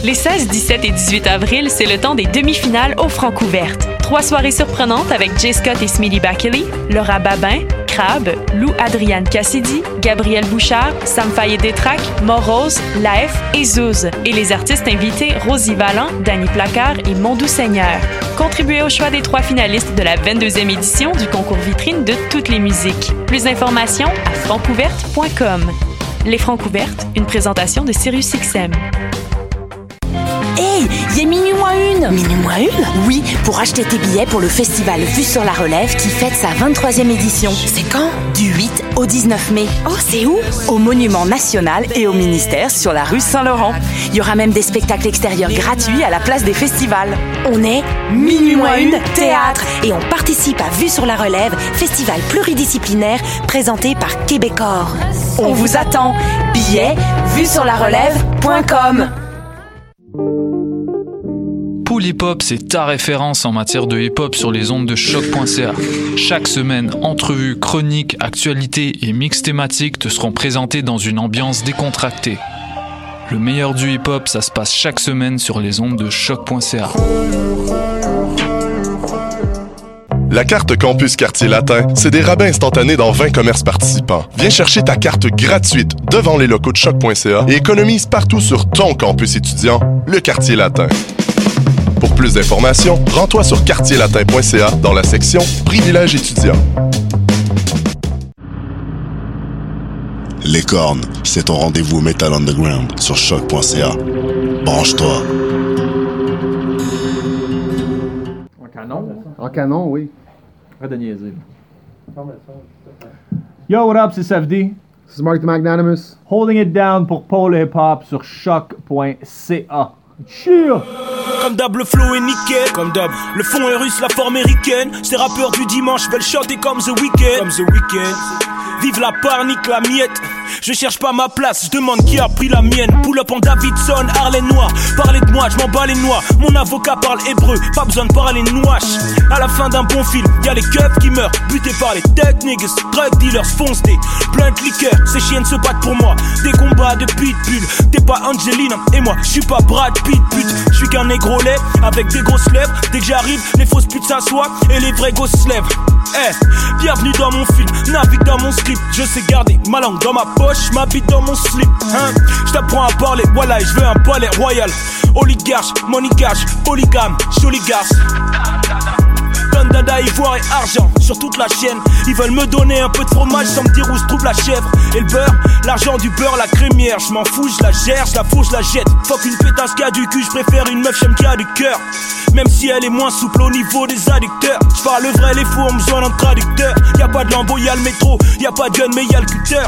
Les 16, 17 et 18 avril, c'est le temps des demi-finales au Francouvertes. 3 soirées surprenantes avec Jay Scott et Smitty Bakley, Laura Babin, Crabbe, Lou Adriane Cassidy, Gabriel Bouchard, Sam Fayet-Détrac, Morose, Laef et Zouz. Et les artistes invités Rosie Vallant, Danny Placard et Mondou Seigneur. Contribuez au choix des 3 finalistes de la 22e édition du concours vitrine de toutes les musiques. Plus d'informations à francouverte.com. Les Francouvertes, une présentation de SiriusXM. Hey, il y a minuit moins une. Minuit moins une? Oui, pour acheter tes billets pour le festival Vue sur la Relève qui fête sa 23e édition. C'est quand? Du 8 au 19 mai. Oh, c'est où? Au Monument National et au ministère sur la rue Saint-Laurent. Il y aura même des spectacles extérieurs gratuits à la place des festivals. On est minuit moins une théâtre et on participe à Vue sur la Relève, festival pluridisciplinaire présenté par Québecor. On vous attend. Billets, vuesurlarelève.com. Pool Hip Hop, c'est ta référence en matière de hip-hop sur les ondes de choc.ca. Chaque semaine, entrevues, chroniques, actualités et mix thématiques te seront présentés dans une ambiance décontractée. Le meilleur du hip-hop, ça se passe chaque semaine sur les ondes de choc.ca. La carte Campus Quartier Latin, c'est des rabais instantanés dans 20 commerces participants. Viens chercher ta carte gratuite devant les locaux de choc.ca et économise partout sur ton campus étudiant, le Quartier Latin. Pour plus d'informations, rends-toi sur quartierlatin.ca dans la section Privilèges étudiants. Les Cornes, c'est ton rendez-vous Metal Underground sur choc.ca. Branche-toi. En canon? En canon, oui. Arrête de niaiser. Yo, what up, c'est Safdie. This is Mark the Magnanimous. Holding it down pour Pôle Hip Hop sur choc.ca. Cheer! Comme d'hab, le flow est nickel. Comme d'hab, le fond est russe, la forme américaine. Ces rappeurs du dimanche veulent chanter comme The Weeknd. Comme The Weeknd. Vive la parnique, la miette. Je cherche pas ma place, je demande qui a pris la mienne. Pull up en Davidson, Harley Noir. Parlez de moi, je m'en bats les noix. Mon avocat parle hébreu, pas besoin de parler nouache. À la fin d'un bon film, y'a les keufs qui meurent, butés par les tech niggas. Drug dealers foncent des plein de liqueurs. Ces chiennes se battent pour moi, des combats de pitbull. T'es pas Angelina, et moi, je suis pas Brad Pitt, pute. Je suis qu'un négro laid, avec des grosses lèvres. Dès que j'arrive, les fausses putes s'assoient et les vrais gosses se lèvent. Bienvenue dans mon film, navigue dans mon script. Je sais garder ma langue dans ma poche, ma bite dans mon slip. Je t'apprends à parler, voilà, je veux un palais royal. Oligarche, money cash, polygame, joli garce. Donne dada, ivoire et argent sur toute la chaîne. Ils veulent me donner un peu de fromage sans me dire où se trouve la chèvre. Et le beurre, l'argent du beurre, la crémière. Je m'en fous, je la gère, je la fous, je la jette. Fuck une pétasse qui a du cul, je préfère une meuf j'aime qui a du cœur. Même si elle est moins souple au niveau des adducteurs. Je parle le vrai, les faux ont besoin d'un traducteur. Y'a pas de lambeau, y'a le métro. Y'a pas de gun, mais y'a le cutter.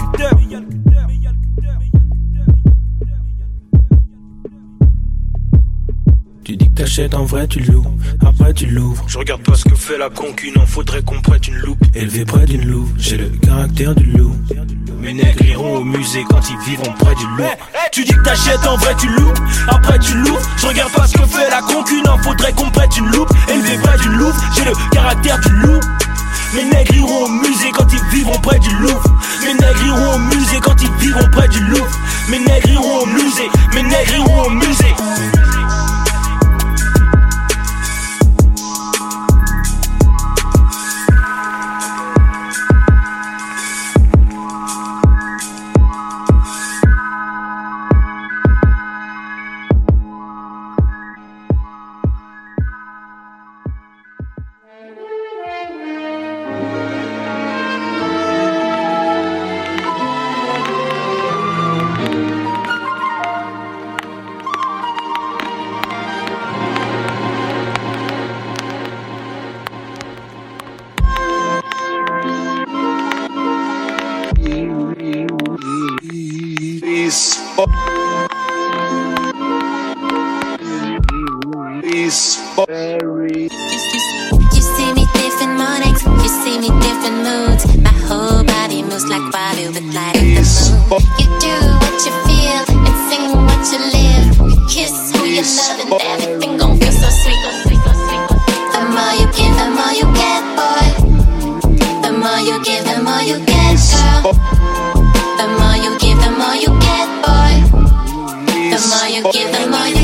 Tu dis que t'achètes, en vrai tu loues, après tu l'ouvres. Je regarde pas ce que fait la concu, non faudrait qu'on prête une loupe. Élevé près d'une louve, j'ai le caractère du loup. Mes nègres iront au musée quand ils vivront près du loup. Tu dis que t'achètes, en vrai tu loues, après tu l'ouvres. Je regarde pas ce que fait la concu, non faudrait qu'on prête une loupe. Élevé près d'une louve, j'ai le caractère du loup. Mes nègres iront au musée quand ils vivront près du Louvre. Mes nègres iront au musée quand ils vivront près du Louvre. Mes nègres iront au musée, mes nègres iront au musée. You see me different mornings, you see me different moods. My whole body moves like water with light of the moon. You do what you feel and sing what you live. You kiss who you love and everything gon' feel so sweet. The more you give, the more you get, boy. The more you give, the more you get, girl. The more you give, the more you get, boy. The more you give, the more you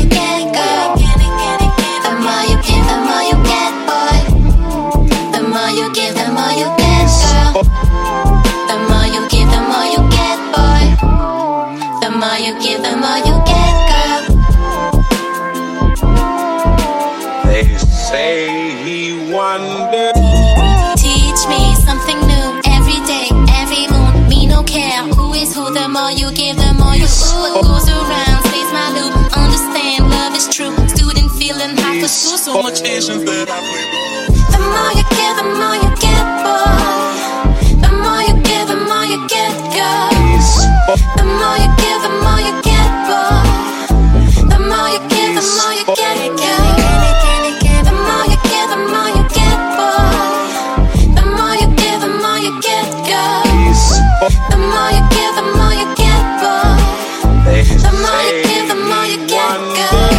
Teach me something new every day, every moon. Me no care who is who. The more you give, the more you ooh. What goes around stays my loop. Understand love is true. Student feeling high for school. So much patience that I play. The more you give, the more you get, boy. The more you give, the more you get, girl. The more you give, the more you get, boy. The more you give, the more you get, girl. The more you give, the more you get, boy. The more you give, the more you get, girl. The more you give, the more you get, boy. The more you give, the more you get, girl.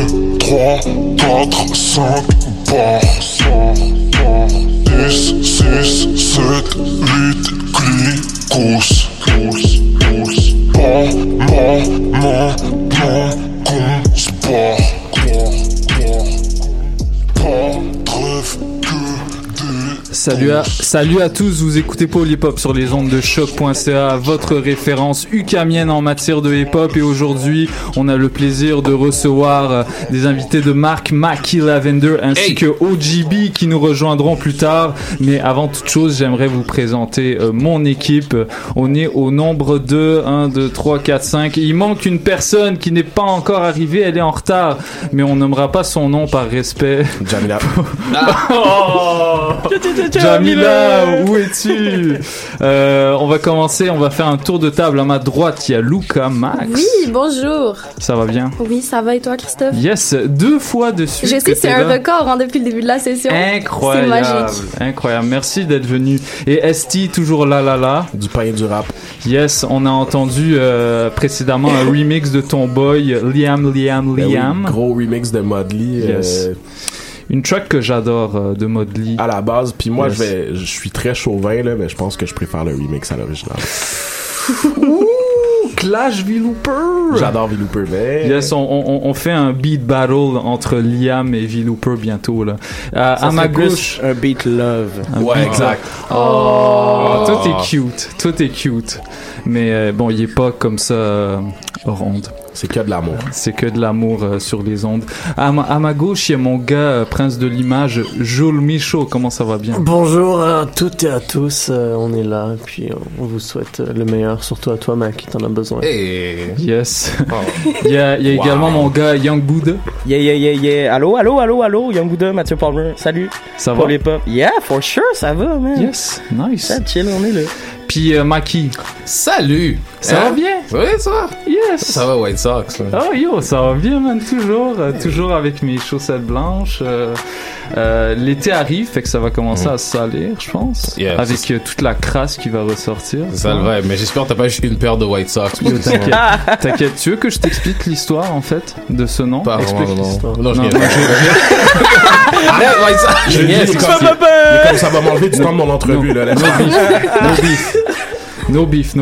Quatre, cinq, 10, 6, 6, 7, 8, clicos. Salut à tous, vous écoutez Paul Hip Hop sur les ondes de choc.ca, votre référence ukamienne en matière de hip hop. Et aujourd'hui, on a le plaisir de recevoir des invités de marque Mackie Lavender ainsi que OGB qui nous rejoindront plus tard. Mais avant toute chose, j'aimerais vous présenter mon équipe. On est au nombre de 1, 2, 3, 4, 5. Il manque une personne qui n'est pas encore arrivée, elle est en retard. Mais on nommera pas son nom par respect. Jamila. Jamila, où es-tu? On va commencer, on va faire un tour de table. À ma droite, il y a Luca Max. Oui, bonjour. Ça va bien? Oui, ça va et toi, Christophe? Yes, 2 fois de suite. Je sais, c'est un record depuis le début de la session. Incroyable. C'est magique. Incroyable, merci d'être venu. Et Esti, toujours là. Du pain et du rap. Yes, on a entendu précédemment un remix de ton boy Liam. Ben oui, gros remix de Modly. Yes. Une track que j'adore de Modly. À la base, puis moi je suis très chauvin là, mais je pense que je préfère le remix à l'original. Ouh, Clash V-Looper. J'adore V-Looper, mais... Yes, on fait un beat battle entre Liam et V-Looper bientôt là. À ma gauche, un beat love. Ouais, exact. Tout est cute. Mais bon, il est pas comme ça ronde. C'est que de l'amour. C'est que de l'amour sur les ondes. À ma gauche, il y a mon gars, Prince de l'image, Jules Michaud. Comment ça va bien? Bonjour à toutes et à tous. On est là, puis on vous souhaite le meilleur, surtout à toi, Mac, qui t'en a besoin. Hey. Yes. Il y a également mon gars, Young Buddha. Yeah. Allô, Young Buddha, Mathieu Palmer. Salut. Ça va? Pour les pop. Yeah, for sure, ça va, man. Yes, nice. Ça chill, on est là. Puis Maki. Salut. Ça va bien? Oui, ça va. Yes. Ça va, White Sox. Oh yo, ça va bien, man, toujours avec mes chaussettes blanches. L'été arrive, fait que ça va commencer à se salir, je pense. Yeah, avec toute la crasse qui va ressortir. C'est ça le vrai, mais j'espère que t'as pas juste une paire de White Sox. Yo, t'inquiète. Tu veux que je t'explique l'histoire, en fait, de ce nom? Pas Explique l'histoire. Non, je viens pas. Arrête, White Sox. Comme ça va m'enlever du temps de mon entrevue, là. No beef.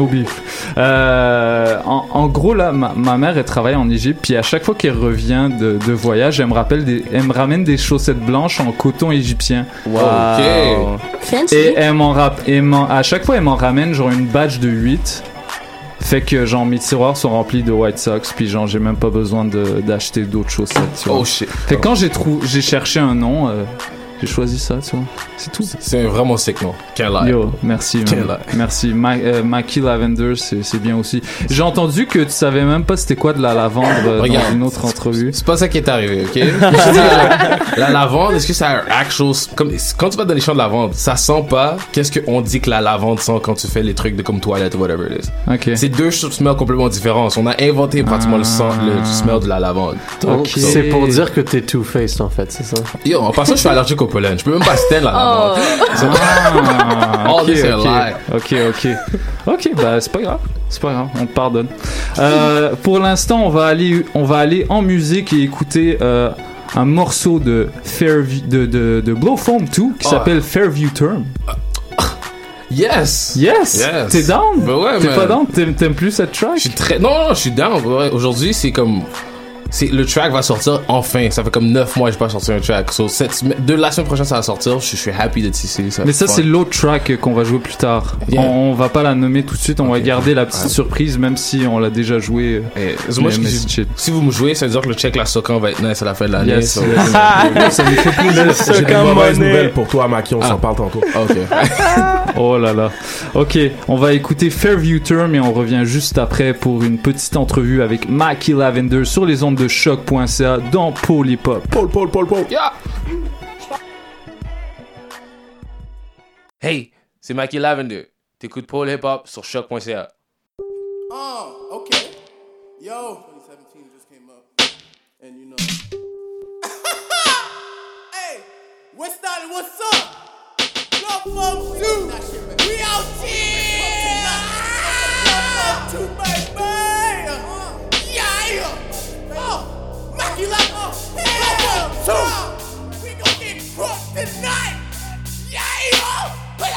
En gros, là, ma mère, elle travaille en Égypte, puis à chaque fois qu'elle revient de voyage, elle me ramène des chaussettes blanches en coton égyptien. Wow. Ok. Fancy. Et à chaque fois, elle m'en ramène genre une batch de 8. Fait que genre mes tiroirs sont remplis de White Sox, puis genre j'ai même pas besoin d'acheter d'autres chaussettes. Tu vois. Oh shit. Fait que quand j'ai cherché un nom. J'ai choisi ça, tu vois. C'est tout. C'est vraiment sick, non? Yo, merci. Merci. Mackie Lavender, c'est bien aussi. J'ai entendu que tu savais même pas c'était quoi de la lavande dans une autre entrevue. C'est pas ça qui est arrivé, ok? La lavande, est-ce que c'est un actual... Comme, quand tu vas dans les champs de lavande, ça sent pas qu'est-ce qu'on dit que la lavande sent quand tu fais les trucs de comme toilette ou whatever it is. Ok. C'est deux smells complètement différents. On a inventé pratiquement le smell de la lavande. Donc, c'est pour dire que t'es two-faced, en fait, c'est ça? Yo, en passant, je suis allergique au pollen. Je peux même pas stand la lavande. Ok, bah c'est pas grave, on te pardonne. Pour l'instant, on va aller en musique et écouter un morceau de Blowfoam 2 qui s'appelle Fairview Term. Yes. T'es down? Bah ouais, t'es pas down? T'aimes plus cette track? Non, je suis down. Aujourd'hui, c'est comme... le track va sortir enfin. Ça fait comme 9 mois que j'ai pas sorti un track. So, de la semaine prochaine, ça va sortir. Je suis happy d'être ici. Mais ça, c'est l'autre track qu'on va jouer plus tard. Yeah. On va pas la nommer tout de suite. On va garder la petite surprise, même si on l'a déjà joué. Si vous me jouez, ça veut dire que le check la Socan va être nice à la fin de l'année. Yes. So. Ça me fait plaisir. J'ai des mauvaises nouvelles pour toi, Maki. On s'en parle tantôt. Ok. Oh là là. Ok, on va écouter Fairview Term et on revient juste après pour une petite entrevue avec Mackie Lavender sur les ondes de choc.ca dans Paul Hip Hop. Paul. Yeah. Hey, c'est Mackie Lavender. T'écoutes Paul Hip Hop sur choc.ca. Okay. Yo, 2017 just came up, and you know. Hey, what's up? Blowfoam 2, we out here. Blowfoam 2, baby. Mackie Lavender, Blowfoam 2. We gon' get crunk tonight. Yeah.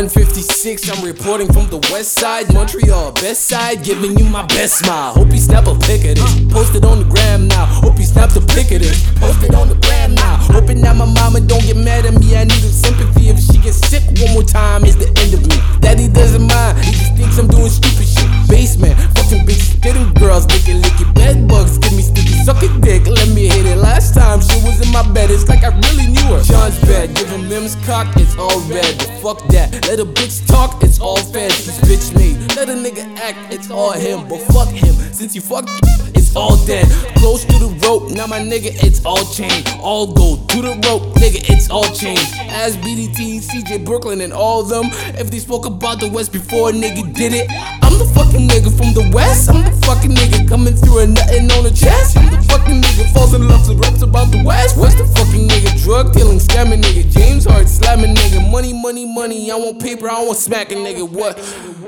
156, I'm reporting from the west side, Montreal, best side, giving you my best smile. Hope you snap a pic of this, post it on the gram now. Hope you snap the pic of this, post it on the gram now. Hoping that my mama don't get mad at me, I need her sympathy. If she gets sick one more time, it's the end of me. Daddy doesn't mind, he just thinks I'm doing stupid shit. Basement, fucking bitches, getting girls, licking bed bugs, give me sticky, suck a dick, let me hit it. Last time she was in my bed, it's like I really knew her. John's bed, give him Mim's cock, it's all red, but fuck that. Let a bitch talk, it's all fed, she's bitch made. Let a nigga act, it's all him, but fuck him. Since you fucked, it's all dead. Close to the rope, now my nigga, it's all changed. All gold to the rope, nigga, it's all changed. As BDT, CJ Brooklyn, and all them. If they spoke about the West before a nigga did it, I'm the fucking nigga from the West. I'm the fucking nigga coming through and nothing on the chest. I'm the fucking nigga falls in love with raps about the West. What's the fucking nigga? Drug dealing, scamming nigga. James Hart slamming nigga. Money, money, money. I want paper, I want smacking nigga. What?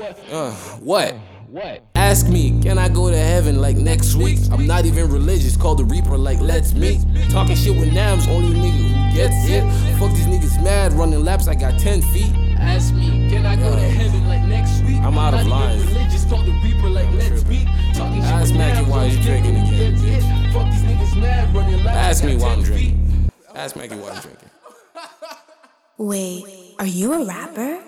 What? Ask me, can I go to heaven like next week? I'm not even religious, call the Reaper like let's meet. Talking shit with Nams, only nigga who gets it. Fuck these niggas mad, running laps, I got 10 feet. Ask me, can I go to heaven like next week? I'm out of line. Religious, call the Reaper like let's meet. Talking shit with Nams, why you drinking again, bitch? Fuck these niggas mad, running laps. Ask me why I'm drinking. Ask Maggie why I'm drinking. Wait, are you a rapper?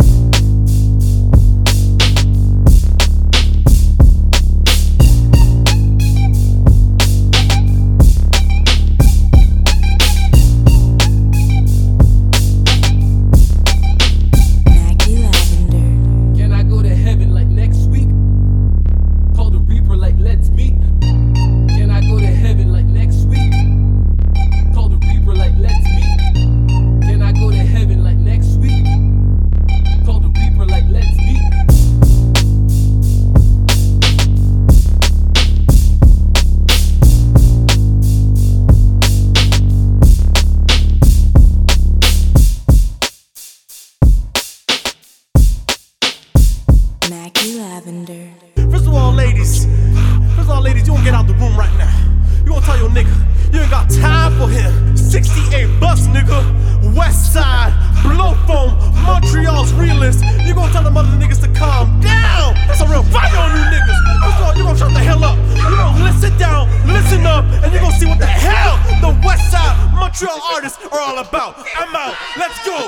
First of all, ladies, you won't get out the room right now. You gonna tell your nigga, you ain't got time for him. 68 bucks, nigga. West Side, Blow Foam, Montreal's realest. You gonna tell them other niggas to calm down. That's a real fire on you niggas. First of all, you gonna shut the hell up. You gonna sit down, listen up, and you gonna see what the hell the West Side Montreal artists are all about. I'm out. Let's go.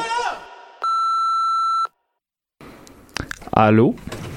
Allô?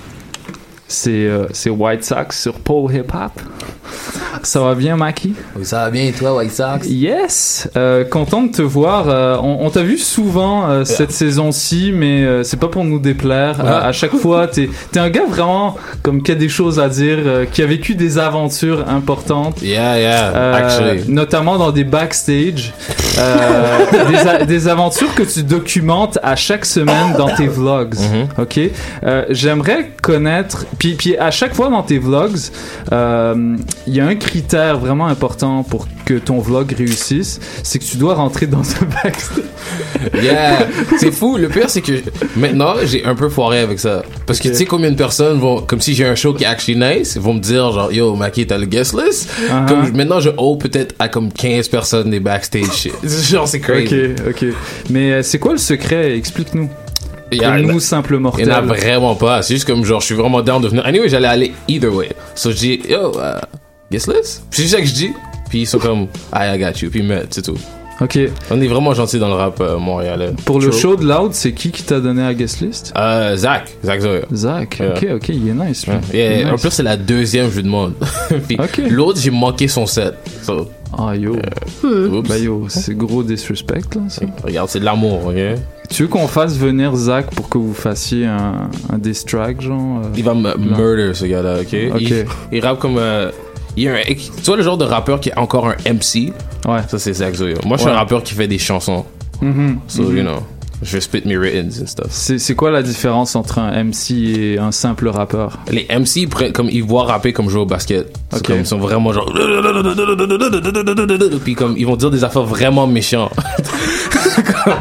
C'est White Sox sur Pole Hip Hop. Ça va bien, Maki? Oui, ça va bien, et toi, White Sox? Yes! Content de te voir. On t'a vu souvent cette saison-ci, mais c'est pas pour nous déplaire. À chaque fois, t'es un gars vraiment comme qui a des choses à dire, qui a vécu des aventures importantes. Actually. Notamment dans des backstage. Des aventures que tu documentes à chaque semaine dans tes vlogs. OK? J'aimerais connaître... Puis à chaque fois dans tes vlogs, il y a un critère vraiment important pour que ton vlog réussisse, c'est que tu dois rentrer dans un backstage. Yeah, c'est fou. Le pire, c'est que maintenant, j'ai un peu foiré avec ça. Parce que tu sais combien de personnes vont, comme si j'ai un show qui est actually nice, vont me dire genre, yo, Maki, t'as le guest list? Comme maintenant, je owe peut-être à comme 15 personnes des backstage shit. Genre, c'est crazy. Ok. Mais c'est quoi le secret? Explique-nous. Nous, simples mortels. Il n'y en a vraiment pas. C'est juste comme genre, je suis vraiment down de venir. Anyway, j'allais aller either way. So je dis, yo, guest list? C'est juste ça que je dis. Puis ils sont comme, I got you. Puis ils mettent, c'est tout. Ok. On est vraiment gentils dans le rap montréalais. Pour le show de Loud, c'est qui t'a donné la guest list? Zach Zoya. Zach, ok, il est nice. Yeah. En plus, c'est la deuxième, je lui demande. Puis l'autre, j'ai manqué son set. So, Bah yo, c'est gros disrespect là. Ça. Regarde, c'est de l'amour, ok? Tu veux qu'on fasse venir Zach pour que vous fassiez un diss track, genre? Il va me murder, ce gars-là, ok? Il rappe comme... tu vois le genre de rappeur qui est encore un MC? Ouais. Ça, c'est Zach Zoya. Moi, je suis un rappeur qui fait des chansons. So, you know, je spit mes written and stuff. C'est quoi la différence entre un MC et un simple rappeur? Les MC, comme ils voient rapper comme jouer au basket. Comme, ils sont vraiment genre... Puis comme, ils vont dire des affaires vraiment méchantes.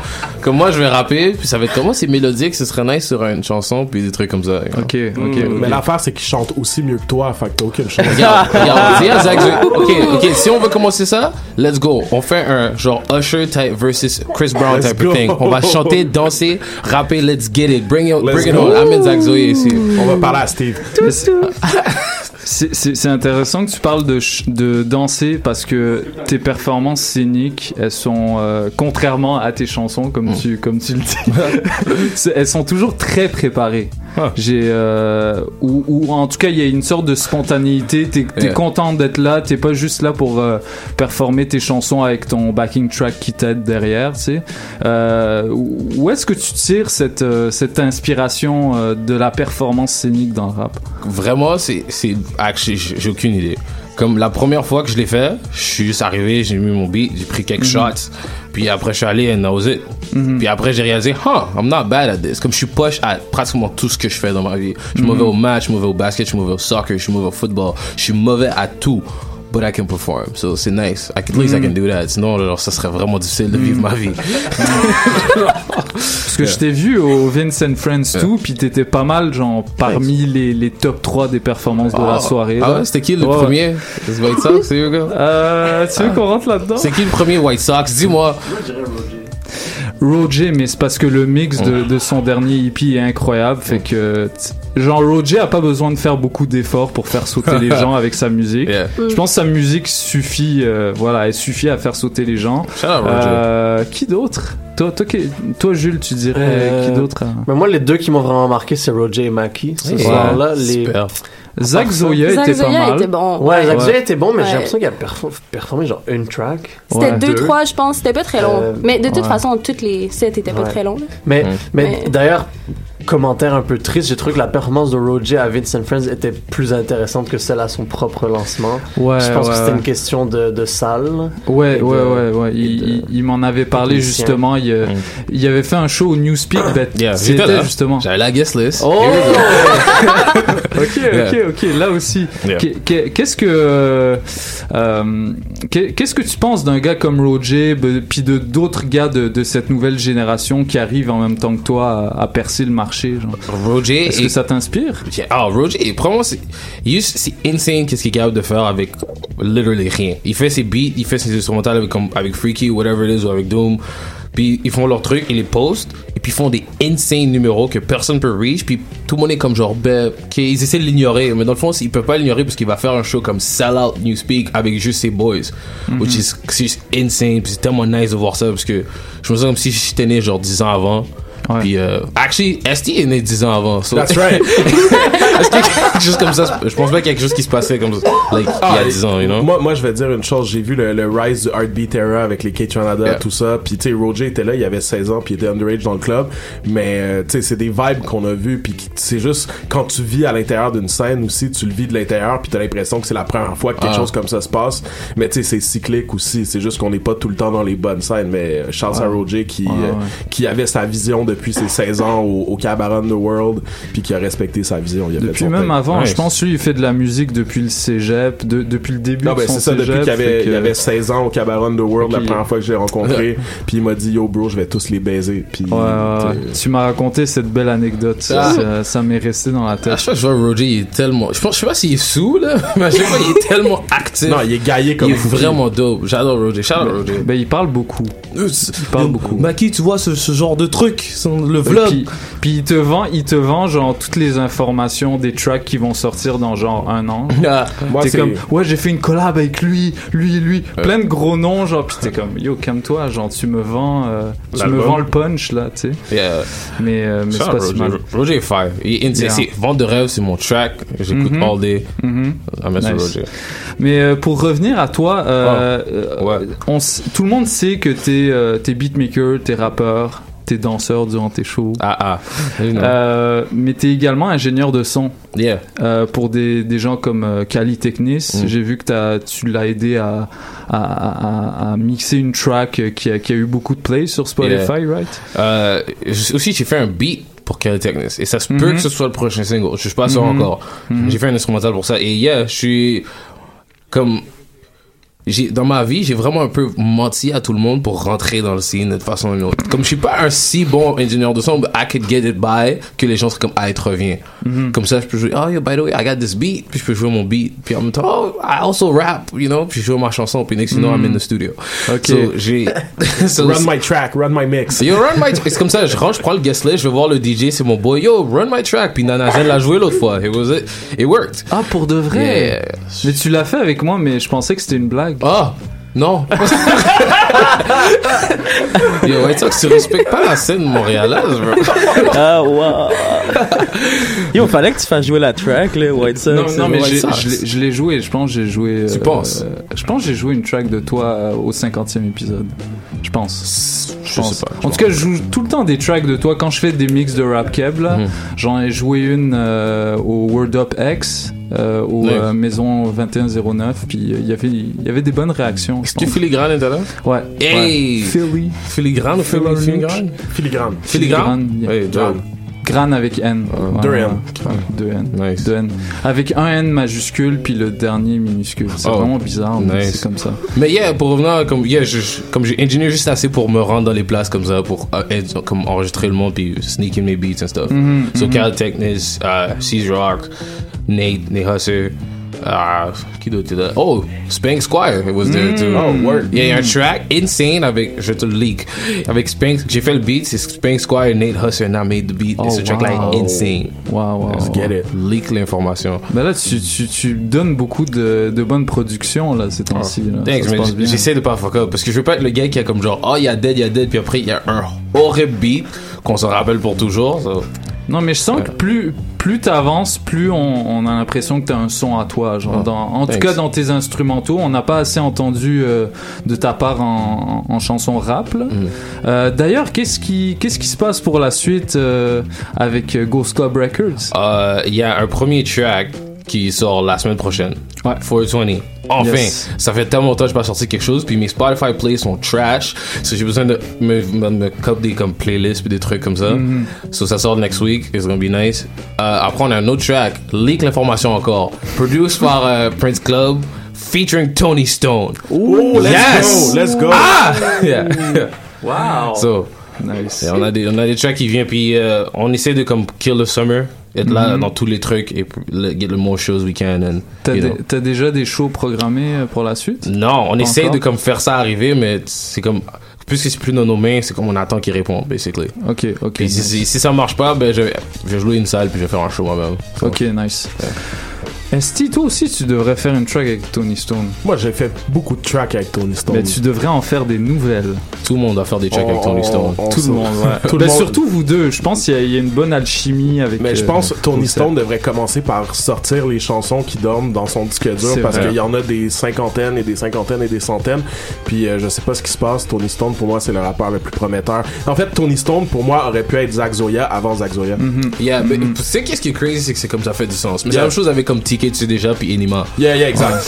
Comme moi, je vais rapper, puis ça va être comment c'est mélodique, ce serait nice sur une chanson, puis des trucs comme ça. Ok. Mais l'affaire, c'est qu'il chante aussi mieux que toi, fait que t'as aucune chance. Regarde, Zach, ok, si on veut commencer ça, let's go. On fait un genre Usher type versus Chris Brown type of thing. On va chanter, danser, rapper, let's get it. Bring it on. Amène Zach Zoé ici. On va parler à Steve. C'est intéressant que tu parles de danser parce que tes performances scéniques, elles sont contrairement à tes chansons comme tu le dis, elles sont toujours très préparées. Ou en tout cas il y a une sorte de spontanéité. T'es content d'être là, t'es pas juste là pour performer tes chansons avec ton backing track qui t'aide derrière, tu sais. Où est-ce que tu tires cette inspiration de la performance scénique dans le rap? Vraiment, j'ai aucune idée. Comme la première fois que je l'ai fait, je suis juste arrivé, j'ai mis mon beat, j'ai pris quelques shots, puis après je suis allé and that was it. Puis après j'ai réalisé, I'm not bad at this. Comme je suis poche à pratiquement tout ce que je fais dans ma vie. Je suis mauvais au match, je suis mauvais au basket, je suis mauvais au soccer, je suis mauvais au football, je suis mauvais à tout. But I can perform, so c'est nice. At least I can do that. Sinon, genre, ça serait vraiment difficile de vivre ma vie. Parce que je t'ai vu au Vince and Friends 2, puis t'étais pas mal, genre, parmi les top 3 des performances de la soirée. Ah ouais, c'était qui le premier? C'est White Sox, c'est you go? Tu veux qu'on rentre là-dedans? C'est qui le premier White Sox? Dis-moi. Roger, mais c'est parce que le mix de son dernier EP est incroyable, fait que genre Roger a pas besoin de faire beaucoup d'efforts pour faire sauter les gens avec sa musique. Je pense que sa musique suffit, elle suffit à faire sauter les gens. Qui d'autre? Toi, Jules, tu dirais qui d'autre? Mais moi, les deux qui m'ont vraiment marqué, c'est Roger et Mackie. Ce soir-là, super. Zach Zoya était pas mal. Était bon. Ouais, Zach Zoya était bon, mais j'ai l'impression qu'il a performé genre une track. C'était 2-3, je pense. C'était pas très long. Mais de toute façon, toutes les sets étaient pas très longs. Mais d'ailleurs, commentaire un peu triste, j'ai trouvé que la performance de Roger à Vince & Friends était plus intéressante que celle à son propre lancement. Je pense que c'était une question de salle. Il m'en avait parlé justement. Il avait fait un show au Newspeak. C'était justement. J'avais la guest list. Oh! Ok, là aussi. Qu'est-ce que tu penses d'un gars comme Roger, puis de d'autres gars de cette nouvelle génération qui arrivent en même temps que toi à percer le marché? Genre. Roger, est-ce que ça t'inspire? Roger, vraiment, c'est insane qu'est-ce qu'il est capable de faire avec literally rien. Il fait ses beats, il fait ses instrumentales avec Freaky, whatever it is, ou avec Doom. Puis ils font leur truc, ils les postent, et puis ils font des insane numéros que personne peut reach, puis tout le monde est comme genre, ils essaient de l'ignorer, mais dans le fond, ils peuvent pas l'ignorer parce qu'il va faire un show comme Sell Out Newspeak avec juste ses boys, which is insane, puis c'est tellement nice de voir ça, parce que je me sens comme si j'étais né genre 10 ans avant. Puis, actually, ST est né 10 ans avant. So. That's right. Est-ce qu'il y a quelque chose comme ça? Je pense pas qu'il y a quelque chose qui se passait comme ça, il y a 10 ans, you know? Moi, je vais te dire une chose. J'ai vu le rise du Heartbeat Era avec les K-Canada, tout ça. Puis, tu sais, Roger était là, il avait 16 ans, puis il était underage dans le club. Mais, tu sais, c'est des vibes qu'on a vues. Puis, c'est juste, quand tu vis à l'intérieur d'une scène aussi, tu le vis de l'intérieur, puis t'as l'impression que c'est la première fois que quelque chose comme ça se passe. Mais, tu sais, c'est cyclique aussi. C'est juste qu'on n'est pas tout le temps dans les bonnes scènes. Mais, Charles à Roger qui avait sa vision depuis ses 16 ans au Cabaret Underworld, puis qui a respecté sa vision. Depuis même avant, je pense lui, il fait de la musique depuis le cégep, depuis le début de son c'est ça, cégep. Depuis qu'il avait 16 ans au Cabaret Underworld, la première fois que je l'ai rencontré, puis il m'a dit « Yo bro, je vais tous les baiser ». Puis tu m'as raconté cette belle anecdote, ça m'est resté dans la tête. À chaque fois que je vois Roger, il est tellement... Je sais pas s'il est sous, là, mais à chaque fois, il est tellement actif. Non, il est gaillé comme il est vraiment dope. J'adore Roger. Roger. Il parle beaucoup. Mackie, tu vois ce genre de truc, le vlog. Puis il te vend genre toutes les informations des tracks qui vont sortir dans genre un an. T'es comme j'ai fait une collab avec lui, plein de gros noms, genre, puis t'es comme yo, calme-toi, genre tu me vends le punch là, tu sais. Mais c'est pas si mal. Roger est fire. C'est Vente de rêve, c'est mon track, j'écoute all day. Roger. Mais pour revenir à toi, tout le monde sait que t'es beatmaker, t'es rappeur, t'es danseur durant tes shows. Mais t'es également ingénieur de son. Pour des gens comme Kali Technis. J'ai vu que tu l'as aidé à mixer une track qui a eu beaucoup de plays sur Spotify, right? Aussi, j'ai fait un beat pour Kali Technis. Et ça se peut que ce soit le prochain single. Je suis pas sûr encore. J'ai fait un instrumental pour ça. Et je suis comme... dans ma vie, j'ai vraiment un peu menti à tout le monde pour rentrer dans le scene de façon ou d'une autre. Comme je suis pas un si bon ingénieur de son, but I could get it by, que les gens seraient comme, ah, il te revient. Comme ça, je peux jouer, oh, yeah, by the way, I got this beat, puis je peux jouer mon beat, puis en même temps, oh, I also rap, you know, puis je joue ma chanson, puis next, you know, I'm in the studio. Ok. So, j'ai... run my track, run my mix. Yo, run my... C'est comme ça, je rentre, je prends le guest list, je vais voir le DJ, c'est mon boy, yo, run my track, puis Nana Zen l'a joué l'autre fois. It worked. Ah, pour de vrai? Yeah. Mais tu l'as fait avec moi, mais je pensais que c'était une blague. Ah! Non. Yo, White Sox, tu respectes pas la scène montréalaise, bro. Ah, wow. Yo, fallait que tu fasses jouer la track, là, White Sox. Non, mais je l'ai joué. Je pense que j'ai joué. Tu penses? Je pense que j'ai joué une track de toi au 50e épisode. Je pense. Je sais pas. En tout cas, je joue tout le temps des tracks de toi. Quand je fais des mix de rap keb, là, j'en ai joué une au Word Up X. Au Maison 2109, puis il y avait des bonnes réactions. Est-ce que tu filigrane est là? Ouais. Hey! Philly. Filigrane ou filigrane? Filigrane. Filigrane? Oui, Grane avec N. Deux N. Deux N. Nice. Deux N. Avec un N majuscule, puis le dernier minuscule. C'est vraiment bizarre, mais c'est comme ça. Mais pour revenir, comme j'ai ingénié juste assez pour me rendre dans les places comme ça, pour comme enregistrer le monde, puis sneak in mes beats and stuff. So Cal Technis, C's Rock, Nate Husser, qui d'autre était là? Oh, Spank Squire, it was there too. Oh, word. Il y a un track insane avec, je te le leak, avec Spank, j'ai fait le beat, c'est Spank Squire, Nate Husser, and I made the beat. Oh, ce track-là est insane. Wow. Let's get it. Leak l'information. Ben là, tu donnes beaucoup de bonnes productions, là, ces temps-ci. Thanks, mais j'essaie de pas fuck up, parce que je veux pas être le gars qui a comme genre, oh, il y a dead, puis après, il y a un horrible beat qu'on se rappelle pour toujours, so. Non, mais je sens que plus t'avances, plus on a l'impression que t'as un son à toi. Genre en tout cas, dans tes instrumentaux, on n'a pas assez entendu de ta part en chanson rap. D'ailleurs, qu'est-ce qui se passe pour la suite avec Ghost Club Records? Il y a un premier track qui sort la semaine prochaine. 420. Enfin, ça fait tellement longtemps que j'ai pas sorti quelque chose, puis mes Spotify plays sont trash, so j'ai besoin de me cop des comme playlists puis des trucs comme ça. So ça sort next week, it's gonna be nice. Après on a un autre track, leak l'information encore, produced par Prince Club, featuring Tony Stone. Ooh, let's go. Ah! Yeah. Wow. So nice. On a des tracks qui viennent, puis on essaie de comme kill the summer, être là dans tous les trucs et get the more shows we can. And, t'as déjà des shows programmés pour la suite? Non, on essaie de comme faire ça arriver, mais c'est comme puisque c'est plus dans nos mains, c'est comme on attend qu'ils répondent, basically. Ok. Puis si ça marche pas, ben je vais jouer une salle puis je vais faire un show moi-même. So. Ok, nice. Esti, toi aussi, tu devrais faire une track avec Tony Stone. Moi, j'ai fait beaucoup de tracks avec Tony Stone. Mais tu devrais en faire des nouvelles. Tout le monde doit faire des tracks avec Tony Stone. Tout le monde, ouais. Tout le monde. Surtout vous deux. Je pense qu'il y a une bonne alchimie avec... Mais je pense que Tony Stone devrait commencer par sortir les chansons qui dorment dans son disque dur, parce qu'il y en a des cinquantaines et des cinquantaines et des centaines. Puis je sais pas ce qui se passe. Tony Stone, pour moi, c'est le rappeur le plus prometteur. En fait, Tony Stone, pour moi, aurait pu être Zach Zoya avant Zach Zoya. Mais tu sais qu'est-ce qui est crazy, c'est que c'est comme ça fait du sens. Mais c'est la même chose avec comme TK, tu sais déjà, puis Enima. Exact.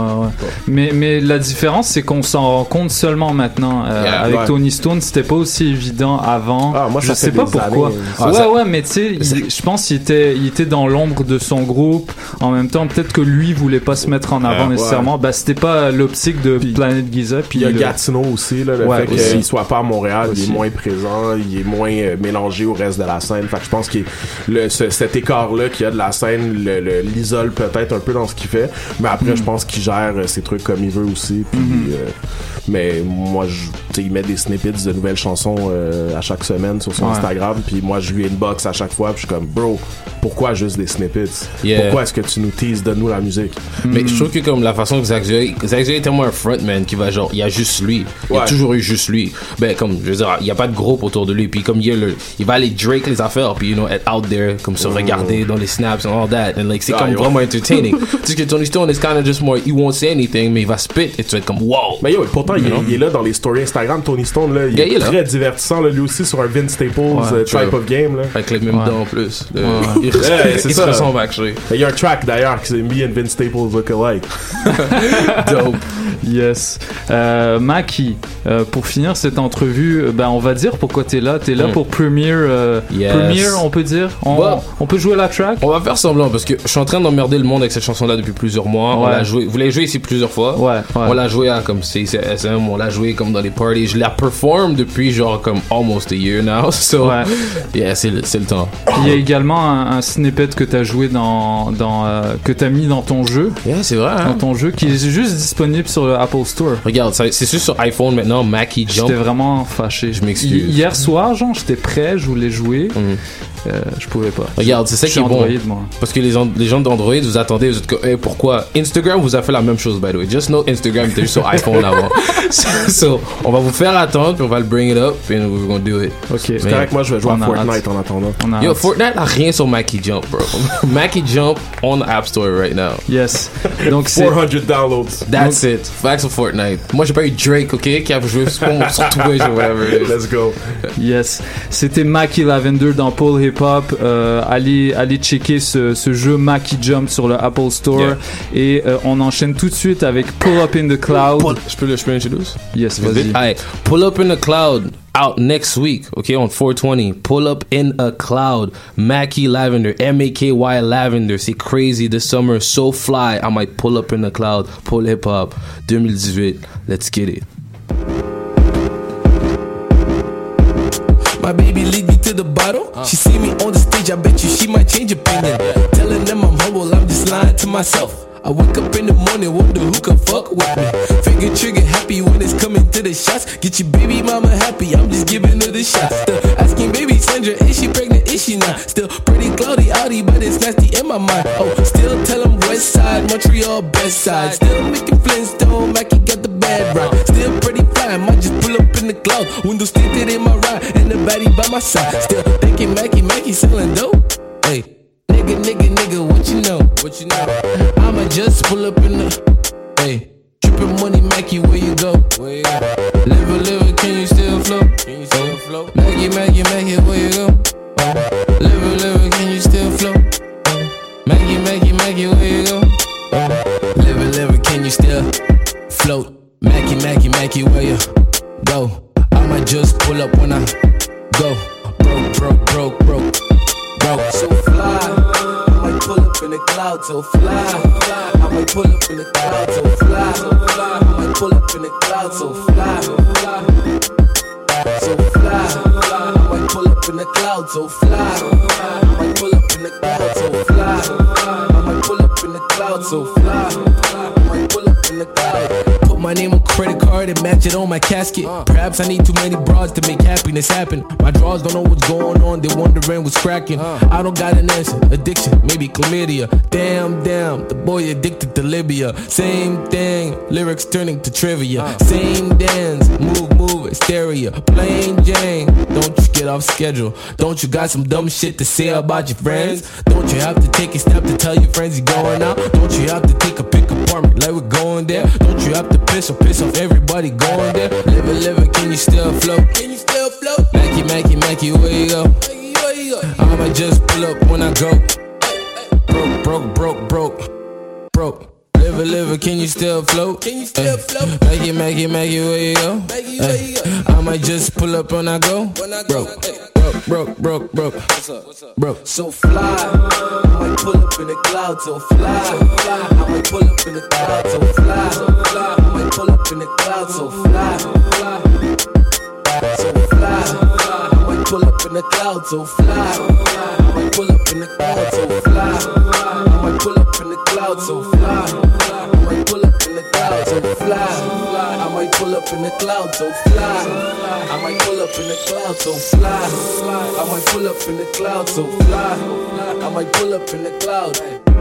Ouais. Mais la différence, c'est qu'on s'en rend compte seulement maintenant. Avec Tony Stone, c'était pas aussi évident avant. Moi, je sais pas pourquoi. Mais tu sais, je pense qu'il était dans l'ombre de son groupe. En même temps, peut-être que lui voulait pas se mettre en avant nécessairement. C'était pas l'optique de Planet Giza. Puis il y a Gatineau aussi, là, le fait qu'il soit pas à Montréal, il est moins présent, il est moins mélangé au reste de la scène. Fait que je pense que cet écart-là qu'il y a de la scène l'isole peut-être un peu dans ce qu'il fait, mais après je pense qu'il gère ses trucs comme il veut aussi, puis mais moi il met des snippets de nouvelles chansons à chaque semaine sur son Instagram, puis moi je lui inbox à chaque fois, puis je suis comme bro, pourquoi juste des snippets? Pourquoi est-ce que tu nous teases, donne-nous la musique? Mais je trouve que comme la façon que Zach Zoya est tellement un frontman qui va genre, il y a juste lui, il y a toujours eu juste lui, comme je veux dire, il y a pas de groupe autour de lui, puis comme il va aller Drake les affaires, puis être out there, comme se regarder dans les snaps and all that, and like c'est comme vraiment entertaining. Tu sais que Tony Stone is kind of just more, he won't say anything, mais il va spit et tu vas être comme wow. Mais pourtant il est là dans les stories Instagram. Tony Stone là, il est très divertissant là, lui aussi sur un Vince Staples type of game là. Avec les mêmes dents en plus. Il Ouais, c'est Ils ça. se ressemblent, actually. Il y a un track d'ailleurs qui c'est Me and Vince Staples Look Alike. Dope. Yes. Maki, pour finir cette entrevue, on va dire pourquoi t'es là. T'es là pour Premiere. Yes. Premiere, on peut dire. On peut jouer la track. On va faire semblant parce que je suis en train d'emmerder le monde avec cette chanson-là depuis plusieurs mois. On l'a joué. Vous l'avez joué ici plusieurs fois. Ouais. On l'a joué à comme CSM. On l'a joué comme dans les parties. Je la performe depuis genre comme almost a year now. So yeah, c'est le temps. Il y a également un snippet que t'as joué que t'as mis dans ton jeu. Yeah, c'est vrai. Dans ton jeu qui est juste disponible sur le Apple Store. Regarde, c'est juste sur iPhone maintenant. Mackie Jump. J'étais vraiment fâché. Je m'excuse. Hier soir, genre, j'étais prêt, je voulais jouer. Je pouvais pas. Regarde, c'est ça qui est bon. Moi. Parce que les gens d'Android, vous attendez, vous êtes comme, hey, pourquoi? Instagram vous a fait la même chose, by the way. Just know Instagram était juste sur iPhone avant. So, on va vous faire attendre, puis on va le bring it up, and we're gonna do it. Ok, c'est correct, moi je vais jouer à Fortnite en attendant. Yo, Fortnite a rien sur Mackie Jump, bro. Mackie Jump on the App Store right now. Yes. Donc 400 downloads. That's it. Facts of Fortnite. Moi j'ai pas eu Drake, ok, qui a joué sur Twitch ou whatever. Let's go. Yes. C'était Mackie Lavender dans Paul Hip Hop. Allez checker ce jeu Mackie Jump sur le Apple Store. Et on enchaîne tout de suite avec Pull Up in the Cloud. Je peux introduce? Yes, vas-y. Alright, Pull Up in the Cloud out next week, okay, on 420. Pull Up in a Cloud, Mackie Lavender, M-A-K-Y Lavender. C'est crazy this summer, so fly. I might pull up in the cloud. Pull Hip Hop 2018. Let's get it. My baby lead me to the bottle. She see me on the stage, I bet you she might change opinion. Telling them I'm humble, I'm just lying to myself. I wake up in the morning, wonder who can fuck with me. Finger trigger happy when it's coming to the shots. Get your baby mama happy, I'm just giving her the shots. Still asking baby Sandra, is she pregnant, is she not? Still pretty cloudy, outy, but it's nasty in my mind. Oh, still tell them west side, Montreal best side. Still making Flintstone, Mackie got the bad right. Still pretty fly, might just pull up in the cloud. Windows tinted in my ride, and the baddie by my side. Still thinking Mackie selling dope. Hey, nigga, what you know? What you know? I'ma just pull up in the, hey, trippin' money, Mackie, where you go? Where you go? Live, can you still float? Can you still float? Mackie, where you go? Live, can you still float? Mackie, where you go? Live, can you still float? Mackie, where you go? I'ma just pull up when I go. Broke. So fly, I might pull up in the cloud, so fly. I might pull up in the cloud, so fly. I might pull up in the cloud, so fly. So fly, I might pull up in the cloud, so fly. I might pull up in the cloud, so fly. I might pull up in the cloud, so fly. I might pull up in the cloud. Put my name on credit card and match it on my casket. Perhaps I need too many broads to make happiness happen. My drawers don't know what's going on, they're wondering what's cracking. I don't got an answer. Addiction, maybe chlamydia. Damn, the boy addicted to Libya. Same thing, lyrics turning to trivia. Same dance, move, hysteria. Plain Jane, don't you get off schedule. Don't you got some dumb shit to say about your friends? Don't you have to take a step to tell your friends you're going out? Don't you have to take a pick apartment like we're going there? Don't you have to piss off everybody going there? Live, can you still float? Mackie, where you go? I'ma just pull up when I go. Broke. Live, can you still float? Mackie, where you go? I might just pull up when I go. Broke. So fly, I might pull up in the cloud, so fly. I might pull up in the cloud, so fly. I might pull up in the cloud, so fly. So fly, I might pull up in the cloud, so fly. I might pull up in the cloud, so fly. I might pull up in the cloud, so fly. I might pull up in the cloud, so fly. I might pull up in the cloud, so fly. I might pull up in the cloud, so fly. I might pull up in the cloud, so fly. I might pull up in the cloud.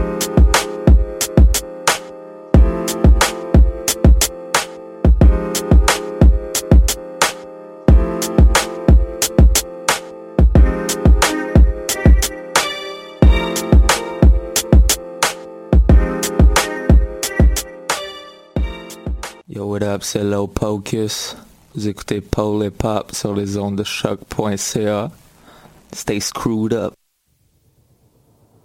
Yo, what up, c'est Low Pocus. Vous écoutez Paul Hip Hop sur les ondes de choc.ca. Stay screwed up.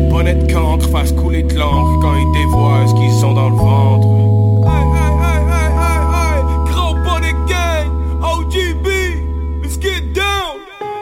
bonnet de cancre fasse couler de l'encre quand ils dévoilent ce qu'ils ont dans le ventre. Gros bonnet gang, OGB, let's get down.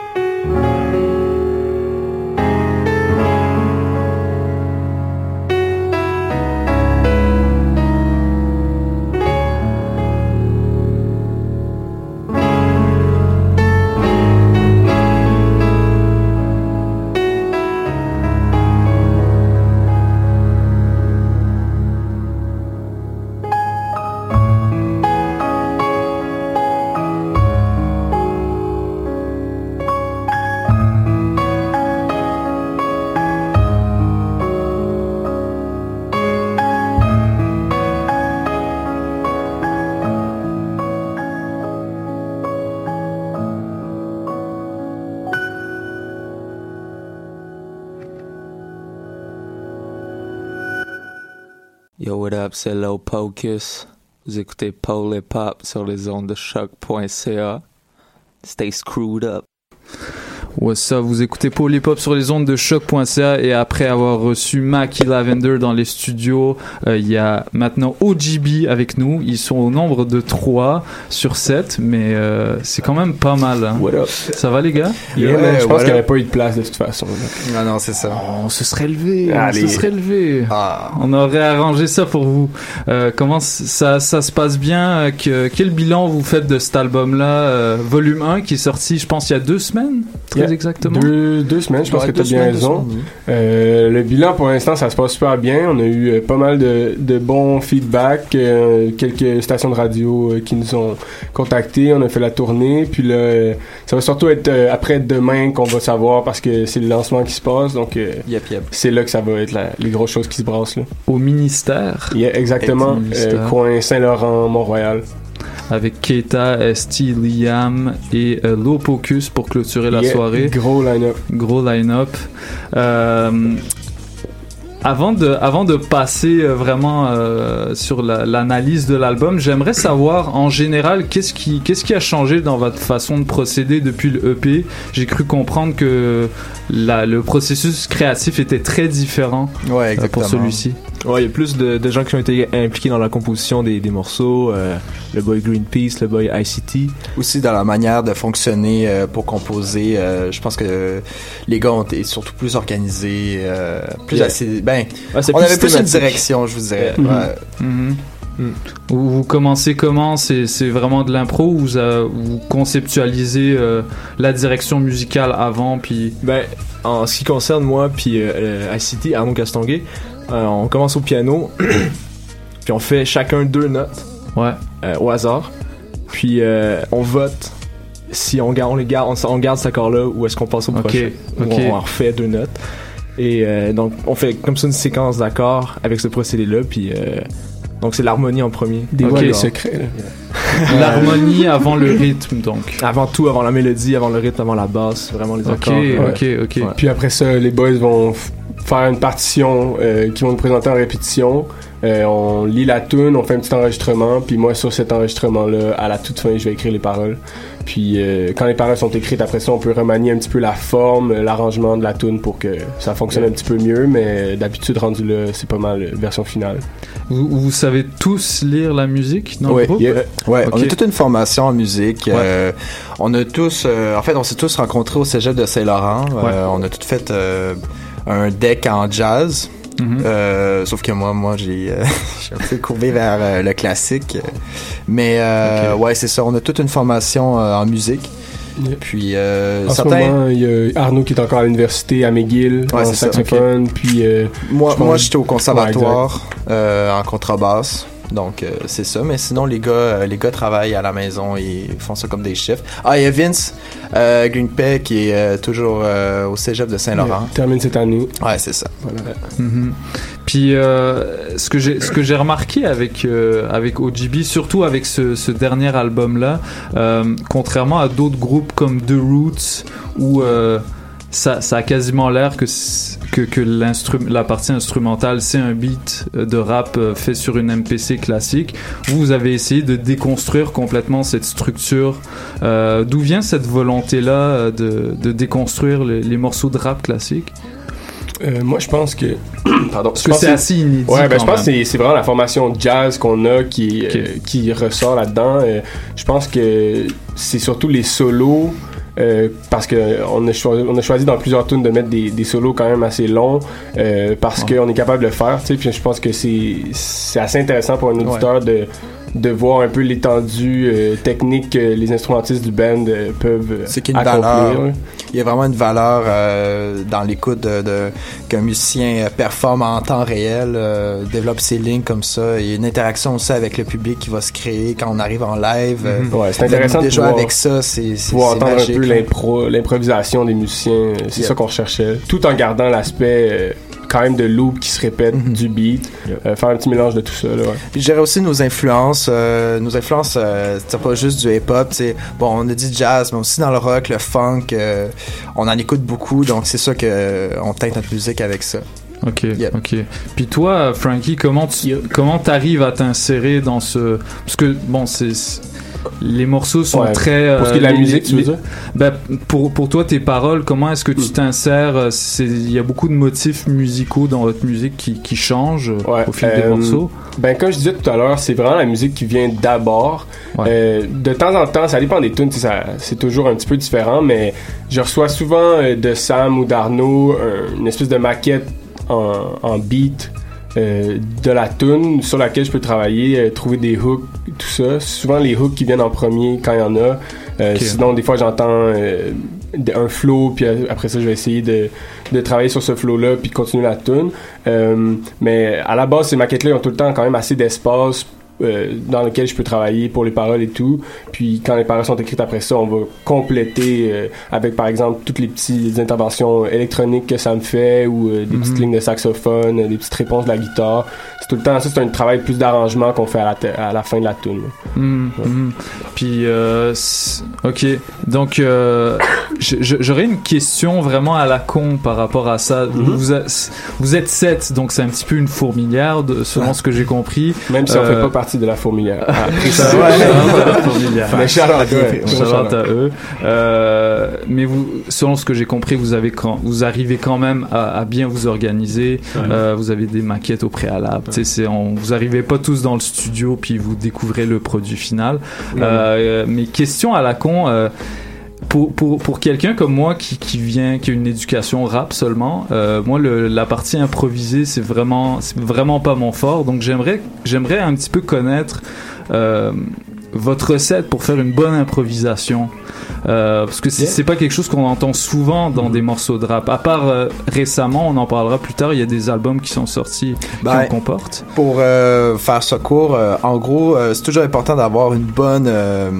Yo, what up, c'est Low Pocus. Vous écoutez Paul et Pop sur les ondes de choc.ca. Stay screwed up. What's up, vous écoutez Paul et Pop sur les ondes de choc.ca et après avoir reçu Mackie Lavender dans les studios, il y a maintenant OGB avec nous. Ils sont au nombre de 3 sur 7, mais c'est quand même pas mal. Hein. What up? Ça va les gars? Yeah, je pense qu'il n'y avait pas eu de place de toute façon. Ah non, c'est ça. On se serait levé. Allez. On se serait levé. Ah. On aurait arrangé ça pour vous. Comment ça se passe bien? Quel bilan vous faites de cet album-là? Volume 1 qui est sorti, je pense, il y a 2 semaines? Très exactement. 2 semaines, je pense que tu as bien raison. Le bilan, pour l'instant, ça se passe super bien. On a eu pas mal de bons feedbacks. Quelques stations de radio qui nous ont contactés. On a fait la tournée. Puis là, ça va surtout être après demain qu'on va savoir parce que c'est le lancement qui se passe. Donc, c'est là que ça va être les grosses choses qui se brassent. Là. Au ministère. Exactement. Coin Saint-Laurent, Mont-Royal. Avec Keita, Esti, Liam et Low Pocus pour clôturer la soirée. Gros line-up. Gros line-up. Avant de passer vraiment sur l'analyse de l'album, j'aimerais savoir en général qu'est-ce qui a changé dans votre façon de procéder depuis le EP. J'ai cru comprendre que le processus créatif était très différent pour celui-ci. Ouais, il y a plus de gens qui ont été impliqués dans la composition des morceaux. Le boy Greenpeace, le boy ICT. Aussi dans la manière de fonctionner pour composer. Je pense que les gars ont été surtout plus organisés, plus assez. On avait plus une direction, je vous dirais. Vous commencez comment? C'est vraiment de l'impro ou vous conceptualisez la direction musicale avant? Puis en ce qui concerne moi puis ICT, Arnaud Castonguay, on commence au piano puis on fait chacun 2 notes au hasard puis on vote si on garde cet accord-là ou est-ce qu'on passe au prochain. On en refait 2 notes et donc on fait comme ça une séquence d'accords avec ce procédé-là puis donc c'est l'harmonie en premier. Les secrets. L'harmonie avant le rythme, donc. Avant tout, avant la mélodie, avant le rythme, avant la basse, vraiment les accords. Ok. Ouais. Puis après ça, les boys vont faire une partition qu'ils vont nous présenter en répétition. On lit la tune, on fait un petit enregistrement, puis moi sur cet enregistrement-là, à la toute fin, je vais écrire les paroles. Puis quand les paroles sont écrites, après ça, on peut remanier un petit peu la forme, l'arrangement de la tune pour que ça fonctionne un petit peu mieux, mais d'habitude, rendu là, c'est pas mal la version finale. Vous savez tous lire la musique dans le groupe? On a toute une formation en musique. On a tous, on s'est tous rencontrés au cégep de Saint-Laurent. On a tous fait un deck en jazz. Sauf que moi j'ai un peu courbé vers le classique, mais c'est ça, on a toute une formation en musique. Puis en ce moment il y a Arnaud qui est encore à l'université à McGill en saxophone, puis moi j'étais au conservatoire en contrebasse. Donc c'est ça, mais sinon les gars travaillent à la maison, ils font ça comme des chefs. Il y a Vince Greenpeace qui est toujours au cégep de Saint-Laurent. Termine cette année. Ouais, c'est ça. Voilà. Puis ce que j'ai remarqué avec OGB, surtout avec ce dernier album là, contrairement à d'autres groupes comme The Roots où ça a quasiment l'air que la partie instrumentale c'est un beat de rap fait sur une MPC classique. Vous avez essayé de déconstruire complètement cette structure. D'où vient cette volonté là de déconstruire les morceaux de rap classique? Moi, je pense que... Pardon. Parce que c'est assez inédit. Ouais, je pense que c'est vraiment la formation de jazz qu'on a qui ressort là-dedans. Je pense que c'est surtout les solos... parce que on a choisi dans plusieurs tunes de mettre des solos quand même assez longs parce qu'on est capable de le faire, tu sais. Puis je pense que c'est assez intéressant pour un auditeur de voir un peu l'étendue technique que les instrumentistes du band peuvent c'est qu'il y a une accomplir. Valeur. Il y a vraiment une valeur dans l'écoute qu'un musicien performe en temps réel, développe ses lignes comme ça. Il y a une interaction aussi avec le public qui va se créer quand on arrive en live. Ouais, c'est intéressant de pouvoir, avec ça, c'est entendre magique, un peu l'improvisation des musiciens. C'est ça qu'on recherchait, tout en gardant l'aspect quand même de loop qui se répète du beat, faire un petit mélange de tout ça là, ouais. Puis je dirais aussi nos influences c'est pas juste du hip-hop, t'sais. Bon, on a dit jazz mais aussi dans le rock, le funk, on en écoute beaucoup, donc c'est ça que on teinte notre musique avec ça. Ok. Puis toi, Frankie, comment t'arrives à t'insérer dans ce... Parce que, bon, les morceaux sont très... Pour ce qui est de la musique, tu veux dire? Ben, pour toi, tes paroles, comment est-ce que tu t'insères? Il y a beaucoup de motifs musicaux dans votre musique qui changent au fil des morceaux. Ben, comme je disais tout à l'heure, c'est vraiment la musique qui vient d'abord. De temps en temps, ça dépend des tunes, c'est toujours un petit peu différent, mais je reçois souvent de Sam ou d'Arnaud une espèce de maquette en beat de la tune sur laquelle je peux travailler, trouver des hooks, tout ça. C'est souvent les hooks qui viennent en premier quand il y en a. Sinon, des fois, j'entends un flow, puis après ça, je vais essayer de travailler sur ce flow-là, puis de continuer la tune. Mais à la base, ces maquettes-là, ils ont tout le temps quand même assez d'espace dans lequel je peux travailler pour les paroles et tout. Puis quand les paroles sont écrites après ça, on va compléter avec par exemple toutes les petites interventions électroniques que ça me fait ou des petites lignes de saxophone, des petites réponses de la guitare. C'est tout le temps ça, c'est un travail plus d'arrangement qu'on fait à la fin de la tune. Puis ok, donc j'aurais une question vraiment à la con par rapport à ça. Vous êtes 7, donc c'est un petit peu une fourmilière selon ce que j'ai compris. Même si on fait pas partie de la fourmilière. Mais shout-out à eux. Mais selon ce que j'ai compris, vous arrivez quand même à bien vous organiser. Vous avez des maquettes au préalable. Vous arrivez pas tous dans le studio puis vous découvrez le produit final. Mais question à la con. Pour quelqu'un comme moi qui a une éducation rap seulement, moi la partie improvisée c'est vraiment pas mon fort, donc j'aimerais un petit peu connaître votre recette pour faire une bonne improvisation, parce que c'est pas quelque chose qu'on entend souvent dans des morceaux de rap, à part récemment, on en parlera plus tard, il y a des albums qui sont sortis qui en comportent. Pour faire ça court, en gros, c'est toujours important d'avoir une bonne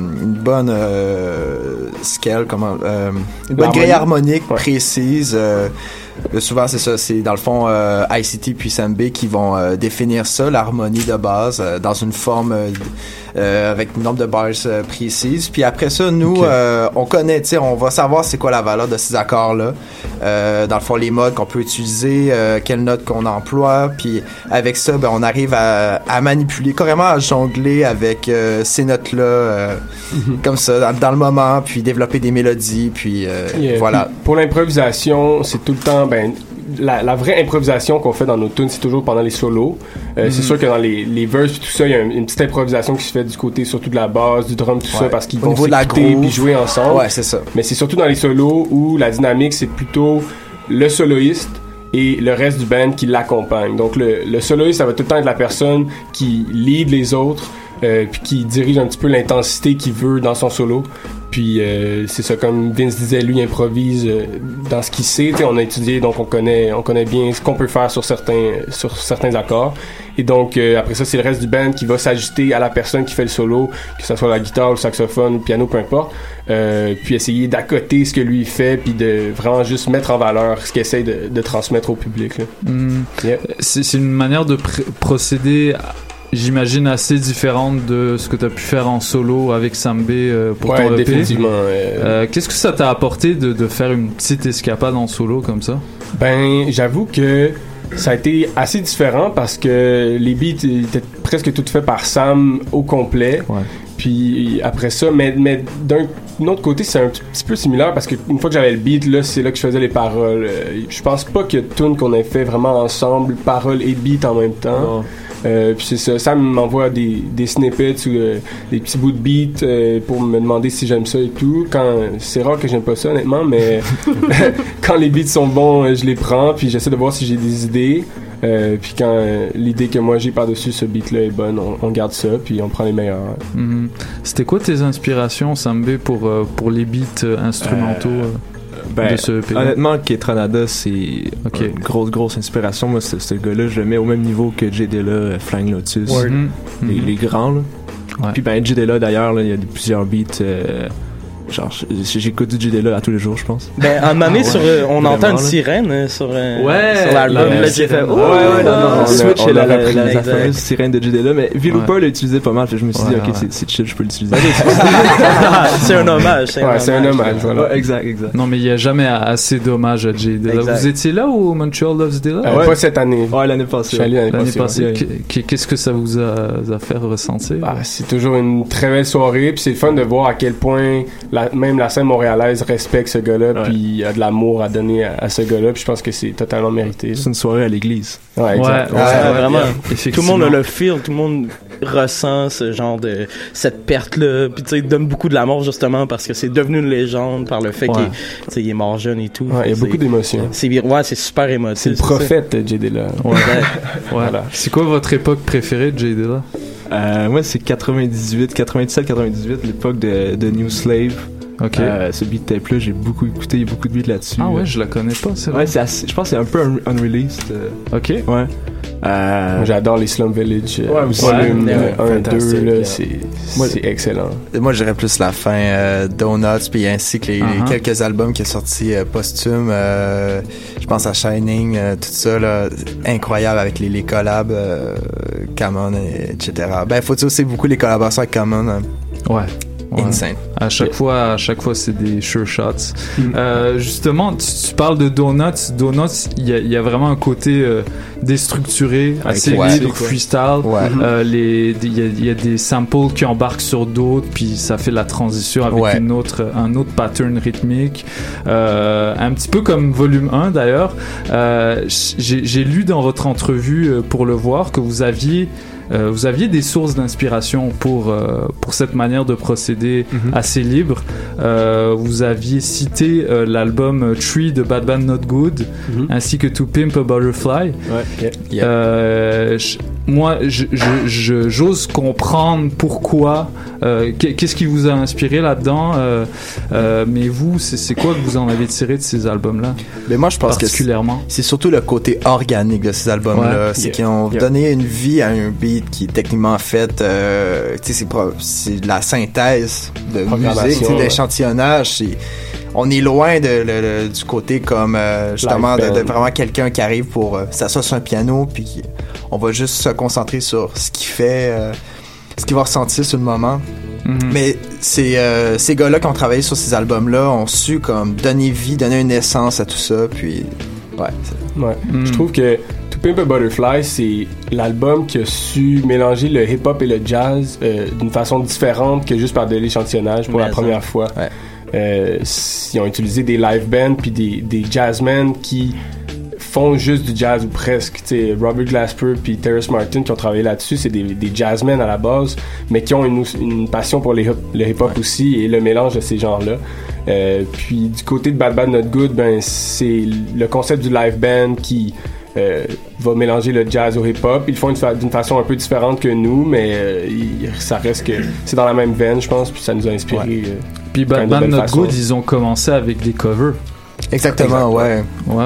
scale, une bonne grille harmonique précise. Souvent c'est ça, c'est dans le fond ICT puis Sam B qui vont définir ça, l'harmonie de base dans une forme avec un nombre de bars précises. Puis après ça, nous on connaît, tu sais, on va savoir c'est quoi la valeur de ces accords là. Dans le fond, les modes qu'on peut utiliser, quelles notes qu'on emploie. Puis avec ça, ben on arrive à manipuler, carrément à jongler avec ces notes là, comme ça dans le moment, puis développer des mélodies. Puis voilà. Puis pour l'improvisation, c'est tout le temps la vraie improvisation qu'on fait dans nos tunes, c'est toujours pendant les solos. C'est sûr que dans les verses et tout ça, il y a une petite improvisation qui se fait du côté surtout de la basse, du drum, tout ça, parce qu'ils vont s'écouter puis jouer ensemble. Ouais, c'est ça. Mais c'est surtout dans les solos où la dynamique, c'est plutôt le soloiste et le reste du band qui l'accompagne. Donc le soloiste, ça va tout le temps être la personne qui lead les autres, puis qui dirige un petit peu l'intensité qu'il veut dans son solo. Puis c'est ça, comme Vince disait, lui improvise dans ce qu'il sait. T'sais, on a étudié, donc on connaît bien ce qu'on peut faire sur certains accords. Et donc après ça, c'est le reste du band qui va s'ajuster à la personne qui fait le solo, que ce soit la guitare, le saxophone, le piano, peu importe. Puis essayer d'accoter ce que lui fait, puis de vraiment juste mettre en valeur ce qu'il essaie de transmettre au public. Là. C'est une manière de procéder j'imagine assez différente de ce que tu as pu faire en solo avec Sam B pour ton EP. Définitivement. Qu'est-ce que ça t'a apporté de faire une petite escapade en solo comme ça? Ben, j'avoue que ça a été assez différent parce que les beats étaient presque tous faits par Sam au complet. Puis après ça, mais d'un autre côté, c'est un petit peu similaire parce qu'une fois que j'avais le beat, là, c'est là que je faisais les paroles. Je pense pas qu'il y a de tunes qu'on ait fait vraiment ensemble, paroles et beat en même temps. Puis c'est ça, Sam m'envoie des snippets ou des petits bouts de beat pour me demander si j'aime ça et tout. C'est rare que j'aime pas ça honnêtement, mais quand les beats sont bons, je les prends puis j'essaie de voir si j'ai des idées. Puis quand l'idée que moi j'ai par-dessus ce beat-là est bonne, on garde ça puis on prend les meilleurs. Mm-hmm. C'était quoi tes inspirations, Sambé, pour les beats instrumentaux de ce pays? Honnêtement, Kaytranada, c'est une grosse inspiration. Moi, ce gars-là, je le mets au même niveau que Jay Dilla, Flying Lotus, les grands. Là. Ouais. Puis Jay Dilla, d'ailleurs, là, il y a plusieurs beats. Genre, j'écoute du Jay Dilla à tous les jours, je pense. Ben, en année, on entend une sirène sur l'album. Là, j'ai fait, on switch la fameuse sirène de Jay Dilla, mais V-Looper l'a utilisé pas mal, je me suis dit, ok, c'est chill, je peux l'utiliser. C'est un hommage. C'est un hommage, voilà. Ouais, exact. Non, mais il n'y a jamais assez d'hommage à Jay Dilla. Vous étiez là au Montreal Loves Dilla? Pas cette année. Ouais, l'année passée. Je suis allé l'année passée. Qu'est-ce que ça vous a fait ressentir? C'est toujours une très belle soirée, puis c'est le fun de voir à quel point même la scène montréalaise respecte ce gars-là, puis il a de l'amour à donner à ce gars-là, puis je pense que c'est totalement mérité. C'est une soirée à l'église. Ouais, exact. Vraiment. Tout le monde a le feel, tout le monde ressent ce genre de cette perte-là, puis tu sais, il donne beaucoup de l'amour justement parce que c'est devenu une légende par le fait qu'il est mort jeune et tout. Il y a beaucoup d'émotions. C'est super émotif. C'est le prophète, Jay Dilla. Voilà. C'est quoi votre époque préférée de Jay Dilla? Moi, c'est 97-98, l'époque de New Slave. Ok. Ce beat tape-là, j'ai beaucoup écouté, il y a beaucoup de beats là-dessus. Ah ouais, je la connais pas, c'est vrai. Ouais, je pense que c'est un peu unreleased. Ok. Ouais. J'adore les Slum Village. Volume 1 2, là, c'est excellent. Moi, je dirais plus la fin, Donuts, puis ainsi que les quelques albums qui sont sortis posthumes. Je pense à Shining, tout ça, là, incroyable avec les collabs, Common, etc. Ben, faut aussi beaucoup les collaborations avec Common. Ouais. Insane. À chaque fois, c'est des sure shots. Justement, tu parles de Donuts. Donuts, il y a vraiment un côté déstructuré, assez libre, freestyle. Il y a des samples qui embarquent sur d'autres, puis ça fait la transition avec un autre pattern rythmique. Un petit peu comme Volume 1 d'ailleurs. J'ai lu dans votre entrevue pour le voir que vous aviez des sources d'inspiration pour cette manière de procéder assez libre. Vous aviez cité l'album Tree de Bad Bad Not Good, ainsi que To Pimp a Butterfly. Moi, j'ose comprendre pourquoi. Qu'est-ce qui vous a inspiré là-dedans, mais vous, c'est quoi que vous en avez tiré de ces albums-là? Mais moi, je pense particulièrement, c'est surtout le côté organique de ces albums-là. C'est qu'ils ont donné une vie à un beat qui est techniquement fait, c'est de la synthèse de musique, d'échantillonnage. On est loin du côté comme justement de vraiment quelqu'un qui arrive pour s'asseoir sur un piano, puis on va juste se concentrer sur ce qu'il fait, ce qu'il va ressentir sur le moment. Mais ces gars-là qui ont travaillé sur ces albums-là ont su comme donner vie, donner une essence à tout ça, puis Je trouve que To Pimp a Butterfly, c'est l'album qui a su mélanger le hip-hop et le jazz d'une façon différente que juste par de l'échantillonnage pour la première fois. Ils ont utilisé des live bands puis des jazzmen qui font juste du jazz ou presque. T'sais, Robert Glasper puis Terrace Martin qui ont travaillé là-dessus, c'est des jazzmen à la base, mais qui ont une passion pour le hip-hop aussi et le mélange de ces genres-là. Puis du côté de Bad Bad Not Good, ben c'est le concept du live band qui va mélanger le jazz au hip-hop. Ils le font d'une façon un peu différente que nous, mais ça reste que c'est dans la même veine, je pense, puis ça nous a inspiré. Puis Bad Bad Not Good, ils ont commencé avec des covers. Exactement, ouais.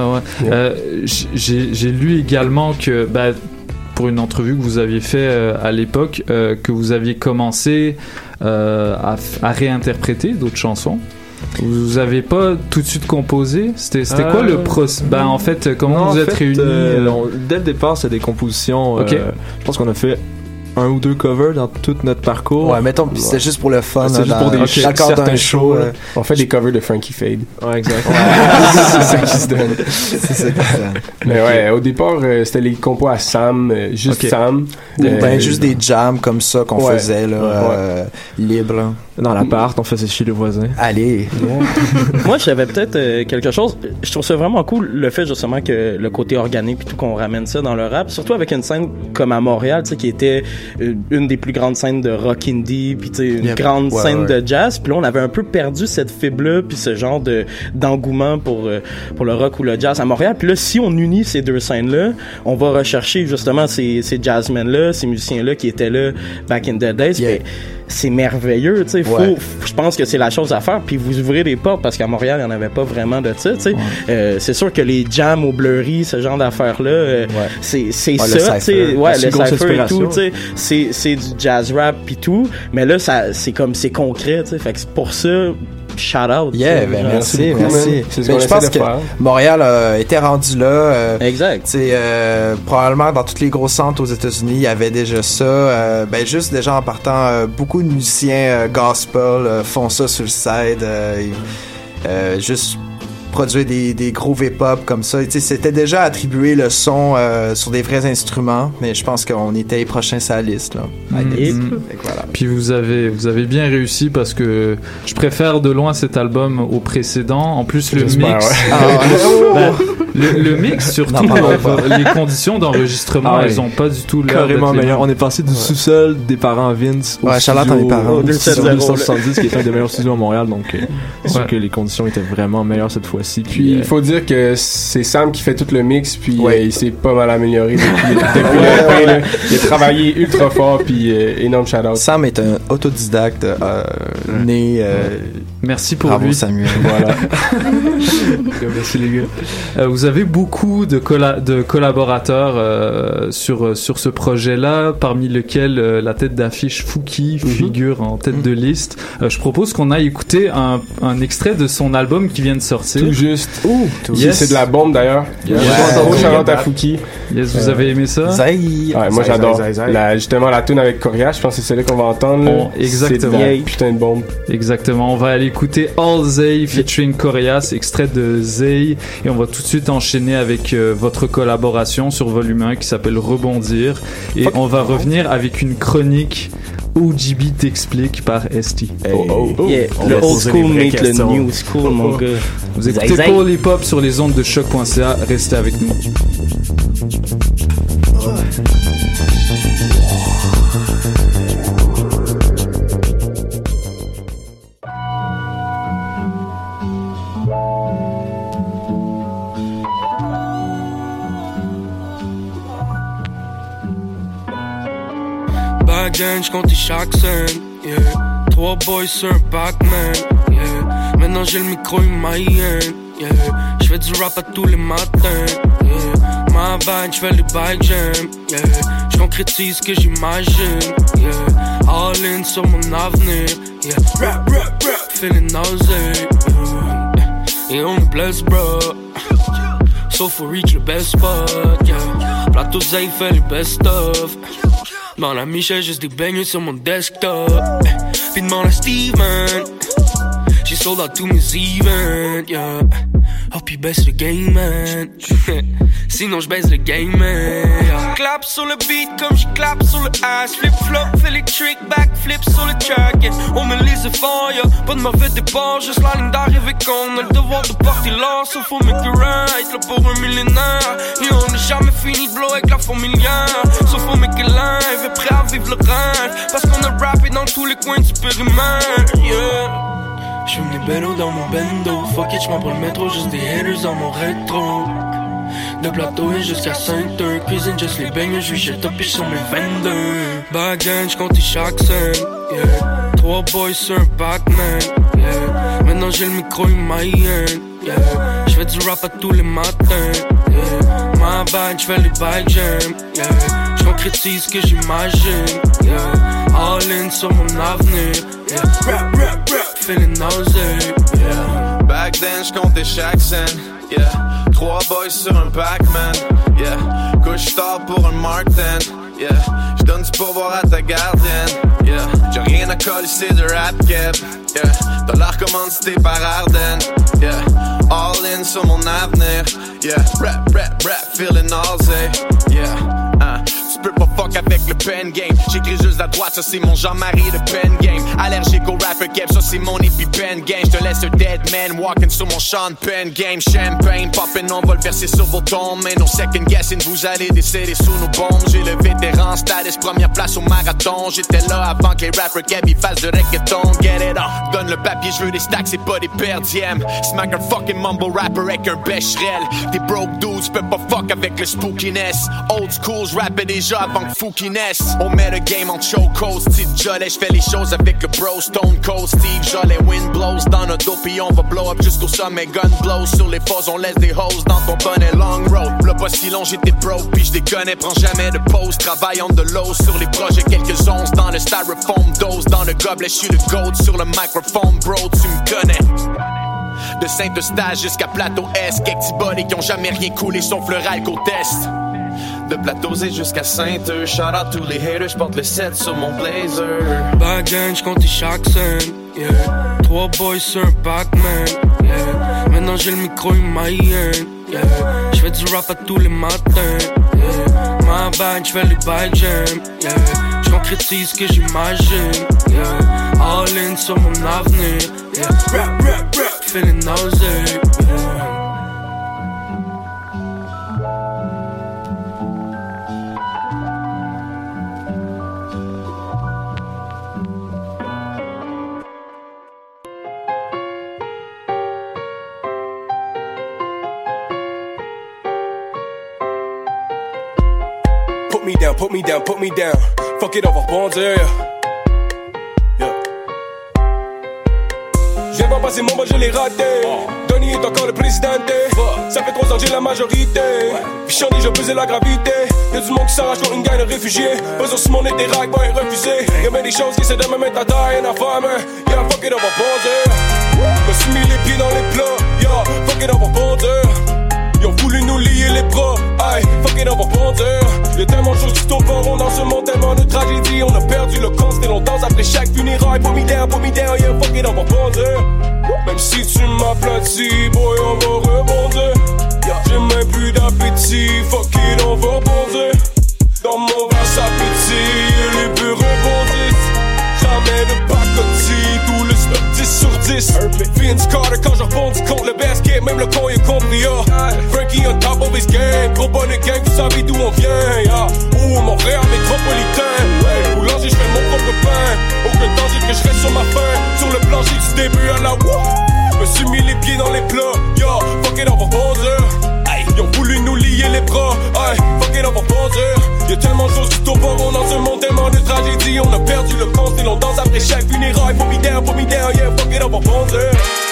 J'ai lu également que, pour une entrevue que vous aviez fait à l'époque, que vous aviez commencé à réinterpréter d'autres chansons. Vous avez pas tout de suite composé? C'était quoi le procès? En fait, comment vous êtes réunis? Dès le départ, c'est des compositions. Je pense qu'on a fait un ou deux covers dans tout notre parcours. Ouais, mettons, pis c'était juste pour le fun. C'est juste pour des certains shows. On fait des covers de Frankie Fade. Ouais, exact. C'est ça qui se donne. C'est ça qui se donne. Mais ouais, au départ, c'était les compos à Sam, juste Sam. Ben, juste des jams comme ça qu'on faisait, là, libre. Là. Dans l'appart, on faisait chez le voisin. Allez. Moi, j'avais peut-être quelque chose. Je trouve ça vraiment cool, le fait justement que le côté organique puis tout, qu'on ramène ça dans le rap, surtout avec une scène comme à Montréal, tu sais, qui était une des plus grandes scènes de rock indie, puis tu sais, une grande scène de jazz. Puis là, on avait un peu perdu cette fibre-là, puis ce genre d'engouement pour le rock ou le jazz à Montréal. Puis là, si on unit ces deux scènes-là, on va rechercher justement ces jazzmen-là, ces musiciens-là qui étaient là back in the days. Yeah. C'est merveilleux, tu sais. Je pense que c'est la chose à faire. Puis vous ouvrez des portes parce qu'à Montréal, il n'y en avait pas vraiment de ça, tu sais. C'est sûr que les jams au Blurry, ce genre d'affaires-là, c'est ça, tu sais. Ouais, le cypher et tout, tu sais. C'est du jazz rap puis tout. Mais là, c'est concret, tu sais. Fait que c'est pour ça. Shout out. Yeah, ben merci. Je pense que Montréal était rendu là. Exact. Probablement dans tous les gros centres aux États-Unis, il y avait déjà ça. Ben juste déjà en partant, beaucoup de musiciens gospel font ça sur le side. Juste produire des gros V-pop comme ça. C'était déjà attribué le son sur des vrais instruments, mais je pense qu'on était les prochains sur la liste. Là. Voilà. Puis vous avez bien réussi parce que je préfère de loin cet album au précédent. En plus, le mix... le mix, surtout les conditions d'enregistrement, elles ont pas du tout l'air carrément meilleur. On est passé du sous-sol des parents Vince au Charlotte à mes parents. Au studio 270 qui est un des meilleurs studios à Montréal, donc c'est sûr que les conditions étaient vraiment meilleures cette fois-ci. Puis il faut dire que c'est Sam qui fait tout le mix, puis il s'est pas mal amélioré depuis le début. Il a travaillé ultra fort, puis énorme shout-out. Sam est un autodidacte né. Merci pour bravo lui. Samuel. Voilà. Merci les gars. Vous avez beaucoup de collaborateurs sur ce projet-là, parmi lesquels la tête d'affiche Fouki figure en tête de liste. Je propose qu'on aille écouter un extrait de son album qui vient de sortir. Tout juste. C'est de la bombe d'ailleurs. Shout-out à Fouki. Yes, vous avez aimé ça? Moi j'adore. Justement la tune avec Coria, je pense que c'est celle qu'on va entendre. Exactement. C'est de putain de bombe. Exactement. On va aller écouter All Zay featuring Corias, extrait de Zay, et on va tout de suite enchaîner avec votre collaboration sur volume 1 qui s'appelle Rebondir, et on va revenir avec une chronique OGB t'explique par ST. Yeah, le old school meet le new school, mon gars. Vous écoutez Paul Hip Hop sur les ondes de choc.ca, restez avec nous. Gang, j'comptais chaque scène, yeah. 3 boys sur un Pac-Man, yeah. Maintenant j'ai le micro humayen, yeah. J'fais du rap à tous les matins, yeah. Ma vibe, j'fais les bike jam, yeah. J'concrétise ce que j'imagine, yeah. All in sur mon avenir, yeah. Rap, rap, rap, feeling nausea, yeah. Et on me blesse, bro. So for reach le best spot, yeah. Plateau Zay fait les best stuff. Dans la Michel, juste des bangers sur mon desktop. Puis demande à Steven. J'ai sold out tous mes events, yeah. Hope il baisse le game, man. Sinon j'baisse le game, man, yeah. Clap sur le beat comme j'clap sur le ass. Flip flop, fais les tricks, backflip sur le track, yeah. On me lise fort, yeah. Pas de mauvais départ, juste la ligne d'arrivée qu'on a le devoir de partir là. Sauf faut make it right, là pour un millénaire. Et on n'est jamais fini de blow avec la familière. Sauf faut make it live, et prêt à vivre le rêve. Parce qu'on a rappé dans tous les coins du périmètre, yeah. J'fume des bellos dans mon bendo. Fuck it, j'm'en prends le métro, juste des haters dans mon rétro. De plateau et jusqu'à 5h. Cuisine juste les bangers, j'suis chez top et sur mes vendeurs. Bagan, j'comptais chaque scène, yeah. 3 boys sur un Pac-Man, yeah. Maintenant j'ai le micro humayen, yeah. J'fais du rap à tous les matins, yeah. Ma vibe, j'fais les bike jam, yeah. J'concrétise ce que j'imagine, yeah. All in sur mon avenir, yeah. Rap, rap, rap, feeling nausea, yeah. Back then, j'comptais chaque scène, yeah. 3 boys sur un Pac-Man, yeah. Couche tard pour un Mark 10, yeah. J'donne du pourboire à ta gardienne, yeah. J'ai rien à coller, c'est de rap cap, yeah. Dollar commandité par Arden, yeah. All in sur mon avenir, yeah. Rap, rap, rap, feeling nausea, yeah. Tu peux pas fuck avec le pen game. J'écris juste à droite, ça c'est mon Jean-Marie de pen game. Allergique au rapper cap, ça c'est mon EpiPen game. J'te laisse un dead man walking sur mon Sean Penn game. Champagne poppin', on va le verser sur vos tombes. Mais no second guessing, vous allez décéder sous nos bombes. J'ai le vétéran status, première place au marathon. J'étais là avant que les rappers cap ils fassent de reggaeton. Get it on, donne le papier, je veux des stacks, c'est pas des perdièmes. Smack un fucking mumble rapper avec un becherel. Des broke dudes, peux pas fuck avec le spookiness. Old school, j'rappais déjà avant que Fouki naisse. On met le game en choco, Steve Jollet. J'fais les choses avec le bro Stone Cold Steve Jollet. Wind blows dans notre dos pis on va blow up jusqu'au sommet. Gun blows sur les fosses, on laisse des hoes dans ton bonnet long road. Là pas si long j'étais broke pis j'déconnais. Prends jamais de pause, travaille on the low sur les projets. Quelques onces dans le styrofoam dose. Dans le gobelet j'suis le gold sur le microphone bro, tu me connais. De Saint-Eustache jusqu'à Plateau Est. Quelques petits bodies qui ont jamais rien coulé sauf le Ralco test. De Plateauzé jusqu'à Sainte-Eustache. Shout out tous les haters, j'porte le 7 sur mon blazer. Back then, j'comptais chaque scène, yeah. 3 boys sur un Pac-Man, yeah. Maintenant j'ai le micro, il m'a yeah. J'fais du rap à tous les matins, yeah. Ma bag, j'fais les bike jam, yeah. J'concrétise ce que j'imagine, yeah. All in sur mon avenir, yeah. Rap, rap, rap, feeling nausea, yeah. Put me down, put me down, put me down. Fuck it, on va rebondir. Yeah. J'ai pas passé mon bas, je l'ai raté. Donny est encore le président. Ça fait 3 ans que j'ai la majorité. Puis Chandy, je pesais la gravité. Y'a du monde qui s'arrache contre une gang de réfugiés. Pas sur mon été rack, ben refusé. Y'a bien des choses qui essaient de me mettre à taille et à femme. Yeah, fuck it, on va rebondir. Me suis mis les pieds dans les plats. Yeah, fuck it, on va rebondir. Ils ont voulu nous lier les bras, aïe, fuck it, on va bondir. Y'a tellement de choses qui tournent pas rond dans ce monde, tellement de tragédies. On a perdu le compte, c'était longtemps après chaque funéraille. Put me down, yeah, fuck it, on va bondir. Même si tu m'aplatis, boy, on va rebondir. J'ai même plus d'appétit, fuck it, on va bondir. Dans mon verre, ça pétille, et les bœufs rebondissent. Jamais de pacotille, tout le stock 10 sur 10. Vince Carter quand je rebondis contre le basket, même le con est compris, yeah. Frankie on top of his game, gros bonnet gang, vous savez d'où on vient, yeah. Oh, Montréal métropolitain, ouais. Boulanger, j'fais mon propre pain. Aucun danger que je reste sur ma faim. Sur le plancher du début à la wouh. Me suis mis les pieds dans les plats, yeah. Fuck it, on va bondir. Ils ont voulu nous lier les bras, aïe, fuck it, on va bondir. Y'a tellement de choses qui tournent pas rond dans ce monde, tellement de tragédies. On a perdu le compte et l'on danse après chaque funéraille. Put me down, yeah, fuck it, on va bondir.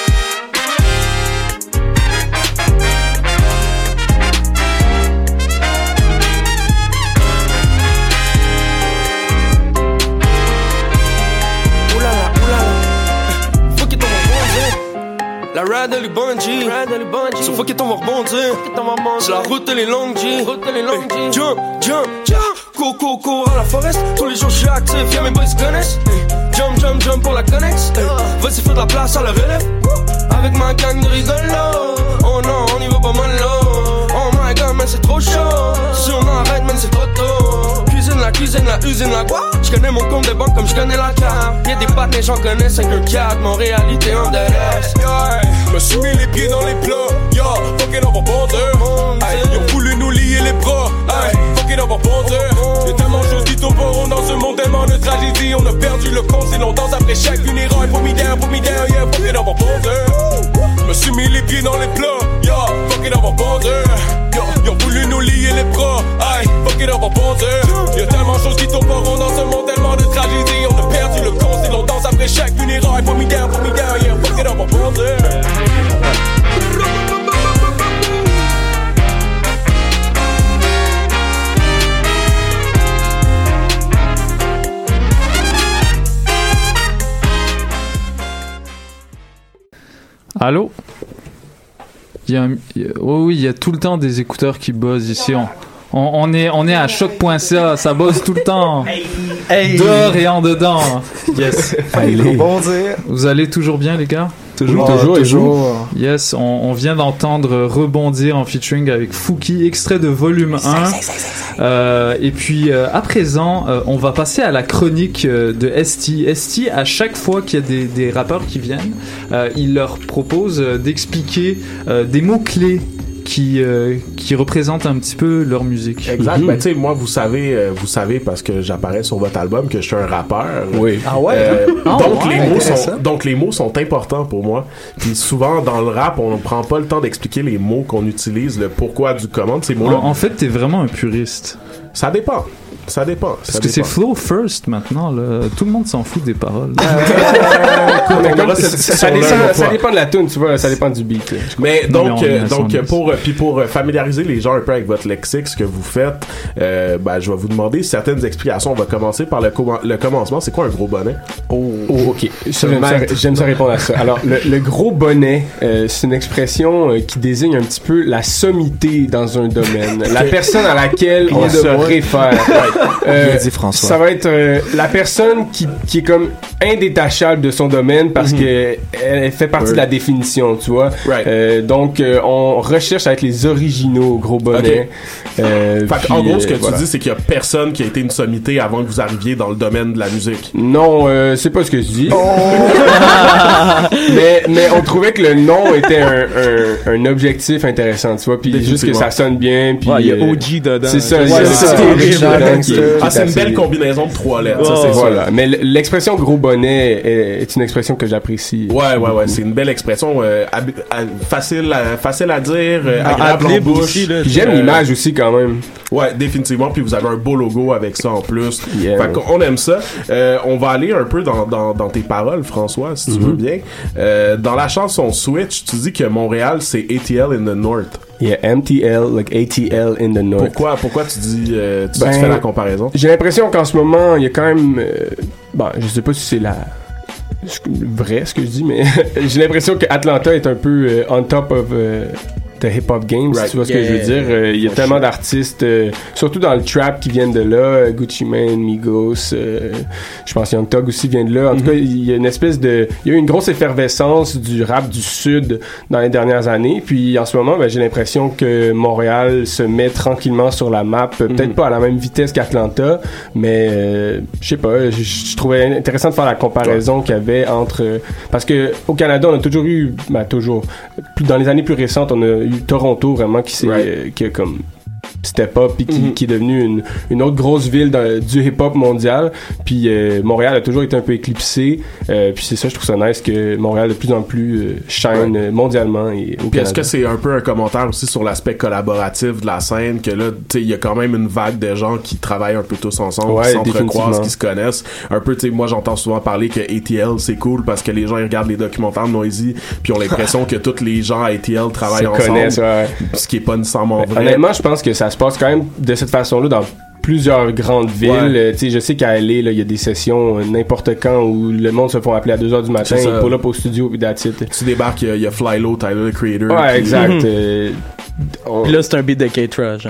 La ride elle est bungee, so fuck it on va rebondir. C'est la route elle est longue G, jump, jump, jump. Cours à la forest, tous les jours je suis actif, y'a mes boys qui connaissent. Jump, jump, jump pour la connex. Vas-y fais de la place à la relève. Avec ma gang de rigolos. Oh non, on y va pas mal là. Oh my god man c'est trop chaud. Si on arrête man c'est trop tôt. Cuisine, la usine, la quoi. J'connais mon compte de banque comme j'connais la carte. Y'a des pattes, les gens connaissent 5 un 4. Mon réalité en DRS. Me suis mis les pieds dans les plats. Yeah, fuck it, on va bondir. Ils ont voulu nous lier les bras. Aïe, fuck it, on va bondir. Y'a tellement de choses qui tournent pas rond dans ce monde, tellement de tragédies. On a perdu le compte, c'est longtemps après chaque funéraille. Put me down, yeah, fuck it, on va bondir. Me suis mis les pieds dans les plats. Yeah, fuck it, on va bondir. Ils ont voulu nous lier les bras. Aïe, fuck it, on va bondir. Y'a tellement de choses qui tournent pas rond dans ce monde, tellement de tragédies. On a perdu le compte, c'est longtemps après chaque funéraille. Put me down, yeah, fuck it, on va bondir. Allô? Oui, il y a tout le temps des écouteurs qui buzzent ici. On est à choc.ca, ça buzz tout le temps. Dehors et en dedans. Yes. Vous allez toujours bien, les gars? Toujours. Yes, on vient d'entendre Rebondir en featuring avec Fouki, extrait de volume 1. Et puis à présent, on va passer à la chronique de ST. ST, à chaque fois qu'il y a des rappeurs qui viennent, il leur propose d'expliquer des mots-clés qui représentent un petit peu leur musique. Exact. Ben, tu sais, moi, vous savez parce que j'apparais sur votre album que je suis un rappeur. Oui. Ah ouais? Donc les mots sont importants pour moi. Puis souvent, dans le rap, on ne prend pas le temps d'expliquer les mots qu'on utilise, le pourquoi du comment de ces mots-là. En fait, t'es vraiment un puriste. Ça dépend. Parce que c'est flow first maintenant, là. Tout le monde s'en fout des paroles. Ça dépend de la tune, tu vois, ça dépend du beat. Mais pour familiariser les gens un peu avec votre lexique, ce que vous faites, je vais vous demander certaines explications. On va commencer par le commencement. C'est quoi un gros bonnet? Oh, ok. J'aime ça répondre à ça. Alors, le gros bonnet, c'est une expression qui désigne un petit peu la sommité dans un domaine. La personne à laquelle on se réfère. Bien dit, François. Ça va être la personne qui est comme indétachable de son domaine parce que elle fait partie de la définition, tu vois. Donc on recherche avec les originaux gros bonnets. En gros, ce que tu dis, c'est qu'il y a personne qui a été une sommité avant que vous arriviez dans le domaine de la musique. Non, c'est pas ce que je dis. mais on trouvait que le nom était un objectif intéressant, tu vois. Puis juste que ça sonne bien. Puis il y a OG dedans. C'est ça. C'est une belle combinaison de 3 lettres. Voilà. Mais l'expression gros bonnet est une expression que j'apprécie. Ouais. C'est une belle expression, facile à dire, agréable en bouche. J'aime l'image aussi quand même. Ouais, définitivement. Puis vous avez un beau logo avec ça en plus. Fait qu'on aime ça. On va aller un peu dans tes paroles, François, si tu veux bien. Dans la chanson Switch, tu dis que Montréal, c'est ATL in the North. Yeah, MTL, like ATL in the North. Pourquoi tu dis, tu fais la comparaison? J'ai l'impression qu'en ce moment, il y a quand même, je sais pas si c'est vrai ce que je dis, mais j'ai l'impression que Atlanta est un peu on top of the hip-hop game, si tu vois ce que je veux dire. Il y a tellement d'artistes, surtout dans le trap, qui viennent de là. Gucci Mane, Migos, je pense Young Thug aussi vient de là. En tout cas, il y a une espèce de... Il y a eu une grosse effervescence du rap du Sud dans les dernières années. Puis en ce moment, j'ai l'impression que Montréal se met tranquillement sur la map. Peut-être pas à la même vitesse qu'Atlanta, mais je sais pas, je trouvais intéressant de faire la comparaison qu'il y avait entre... Parce que au Canada, on a toujours eu... dans les années plus récentes, on a eu Toronto vraiment qui a comme step up puis qui est devenu une autre grosse ville du hip-hop mondial. Puis Montréal a toujours été un peu éclipsé. Puis c'est ça, je trouve ça nice que Montréal de plus en plus shine mondialement et au Canada. Est-ce que c'est un peu un commentaire aussi sur l'aspect collaboratif de la scène, que là, tu sais, il y a quand même une vague de gens qui travaillent un peu tous ensemble, qui s'entrecroisent, qui se connaissent. Un peu, tu sais, moi j'entends souvent parler que ATL c'est cool parce que les gens ils regardent les documentaires de Noisy puis ont l'impression que tous les gens à ATL travaillent ensemble. Ce qui est pas nécessairement vrai. Honnêtement, je pense que ça se passe quand même de cette façon-là dans plusieurs grandes villes. Tu sais, je sais qu'à LA, là, il y a des sessions n'importe quand où le monde se font appeler à 2h du matin, ils pull up au studio puis that's it. Tu débarques, il y a Flylo, Tyler, the Creator. Ouais, exact. Puis là, c'est un beat de K-Trash.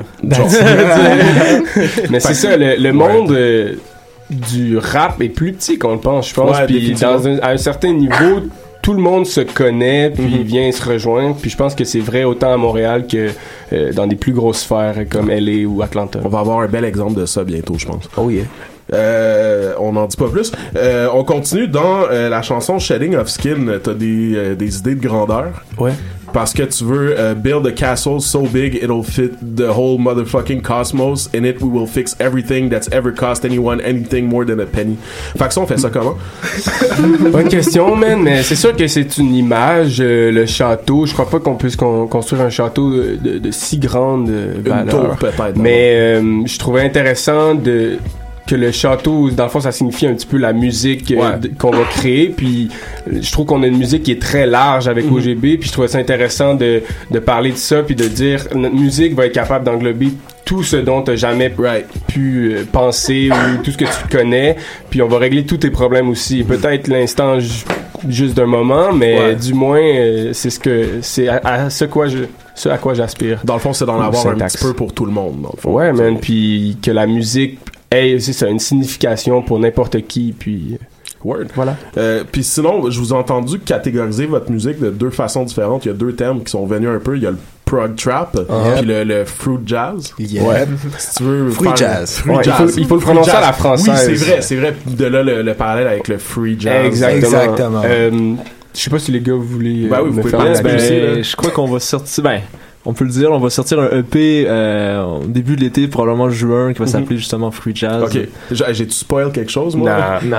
Mais c'est ça, le monde du rap est plus petit qu'on le pense, je pense. Puis à un certain niveau, tout le monde se connaît, puis vient se rejoindre. Puis je pense que c'est vrai autant à Montréal que dans des plus grosses sphères comme LA ou Atlanta. On va avoir un bel exemple de ça bientôt, je pense. Oh yeah. On n'en dit pas plus. On continue dans la chanson Shedding of Skin. T'as des idées de grandeur. Ouais. Parce que tu veux build a castle so big it'll fit the whole motherfucking cosmos. In it we will fix everything that's ever cost anyone anything more than a penny. Fait que ça, on fait ça comment? Bonne question, man. Mais c'est sûr que c'est une image, le château. Je crois pas qu'on puisse construire un château de si grande valeur. Une tour, peut-être. Mais je trouvais intéressant que le château, dans le fond, ça signifie un petit peu la musique qu'on va créer. Puis je trouve qu'on a une musique qui est très large avec OGB. Puis je trouvais ça intéressant de parler de ça puis de dire notre musique va être capable d'englober tout ce dont tu n'as jamais pu penser ou tout ce que tu connais. Puis on va régler tous tes problèmes aussi. Peut-être l'instant juste d'un moment, mais du moins, c'est à ce à quoi j'aspire. Dans le fond, c'est d'en avoir un petit peu pour tout le monde. Dans le fond. Ouais, man, puis que la musique ait aussi une signification pour n'importe qui, puis... Word. Voilà. Puis sinon, je vous ai entendu catégoriser votre musique de deux façons différentes. Il y a deux termes qui sont venus un peu. Il y a le prog trap puis le fruit jazz. Yeah. Ouais. Si tu veux free jazz. Free jazz. Il faut le prononcer à la française. Oui, c'est vrai. De là, le parallèle avec le free jazz. Exactement. Je sais pas si les gars vous voulez vous pouvez parler. Je crois qu'on va sortir... on peut le dire, on va sortir un EP au début de l'été, probablement juin, qui va s'appeler justement Free Jazz. Ok. J'ai-tu spoil quelque chose, moi? Non.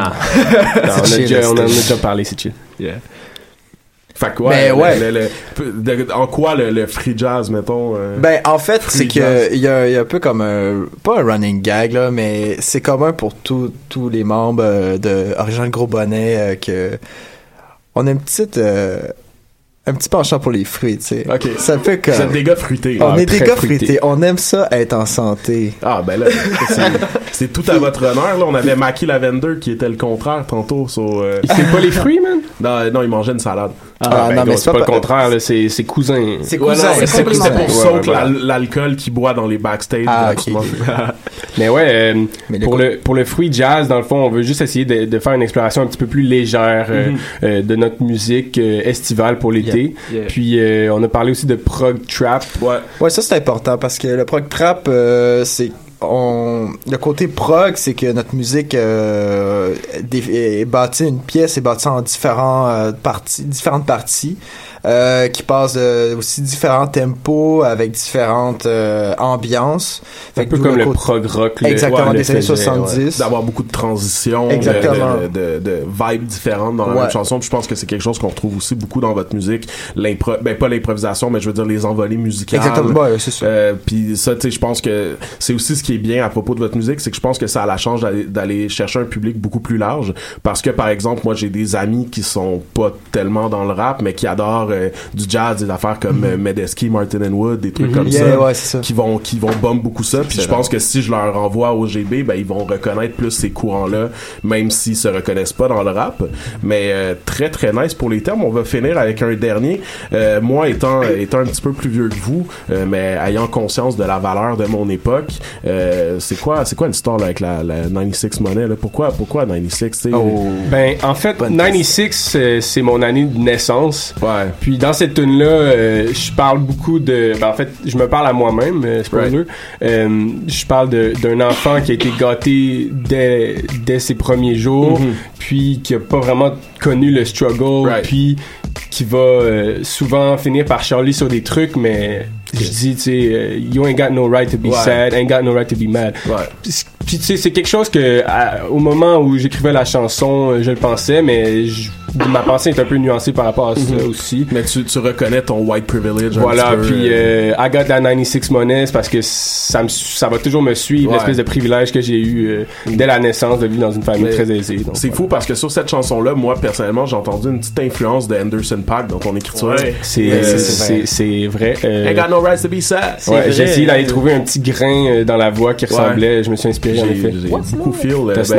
On en a déjà parlé, c'est chill. Yeah. Fait quoi? En quoi le free jazz, mettons? En fait, c'est qu'il y a un peu comme pas un running gag, là, mais c'est commun pour tous les membres de Original Gros Bonnet que on a un petit penchant pour les fruits, tu sais. OK. Ça fait comme... Vous êtes des gars fruités. On est des gars fruités. On aime ça être en santé. Ah, ben là, c'est tout à votre honneur, là. On avait Mackie Lavender qui était le contraire tantôt. Il fait pas les fruits, man? Non, il mangeait une salade. Non, mais c'est pas le contraire, là. C'est cousin. C'est cousin. C'est pour ça l'alcool qu'il boit dans les backstage. OK. Mais ouais, pour le free jazz, dans le fond, on veut juste essayer de faire une exploration un petit peu plus légère de notre musique estivale pour l'été. Yeah. Puis on a parlé aussi de prog trap. Ouais, ça c'est important parce que le prog trap, c'est le côté prog, c'est que notre musique est bâtie, une pièce est bâtie en différentes parties. Qui passent aussi différents tempos avec différentes ambiances. Un peu comme le prog rock. Exactement, des années 70. D'avoir beaucoup de transitions, de vibes différentes dans la même chanson. Puis je pense que c'est quelque chose qu'on retrouve aussi beaucoup dans votre musique. Pas l'improvisation, mais je veux dire les envolées musicales. Exactement, c'est ça. Puis ça, tu sais, je pense que c'est aussi ce qui est bien à propos de votre musique, c'est que je pense que ça a la chance d'aller chercher un public beaucoup plus large. Parce que, par exemple, moi, j'ai des amis qui sont pas tellement dans le rap, mais qui adorent du jazz, des affaires comme Medeski, Martin & Wood, des trucs comme ça, qui vont bump beaucoup ça. Puis je pense que si je leur envoie au GB, ils vont reconnaître plus ces courants-là, même s'ils se reconnaissent pas dans le rap. Mais très très nice pour les termes. On va finir avec un dernier. Moi, étant un petit peu plus vieux que vous, mais ayant conscience de la valeur de mon époque, c'est quoi l'histoire là, avec la 96 Money là? Pourquoi 96? Ben en fait, 96 c'est mon année de naissance. Puis dans cette tune-là, je parle beaucoup de... en fait, je me parle à moi-même, spoiler. Je parle d'un enfant qui a été gâté dès ses premiers jours, puis qui a pas vraiment connu le struggle, puis qui va souvent finir par chialer sur des trucs, mais je dis, tu sais, you ain't got no right to be sad, ain't got no right to be mad. Puis tu sais, c'est quelque chose que au moment où j'écrivais la chanson, je le pensais, mais ma pensée est un peu nuancée par rapport à ça aussi. Mais tu reconnais ton white privilege. Voilà, puis I got that 96 money, c'est parce que ça va toujours me suivre, l'espèce de privilège que j'ai eu dès la naissance de vivre dans une famille très aisée. Donc, c'est fou parce que sur cette chanson-là, moi personnellement, j'ai entendu une petite influence de Anderson .Paak dans ton écriture. C'est vrai. Ain't got no right to be sad. J'ai essayé d'aller trouver un petit grain dans la voix qui ressemblait. Je me suis inspiré en effet. J'ai beaucoup feel.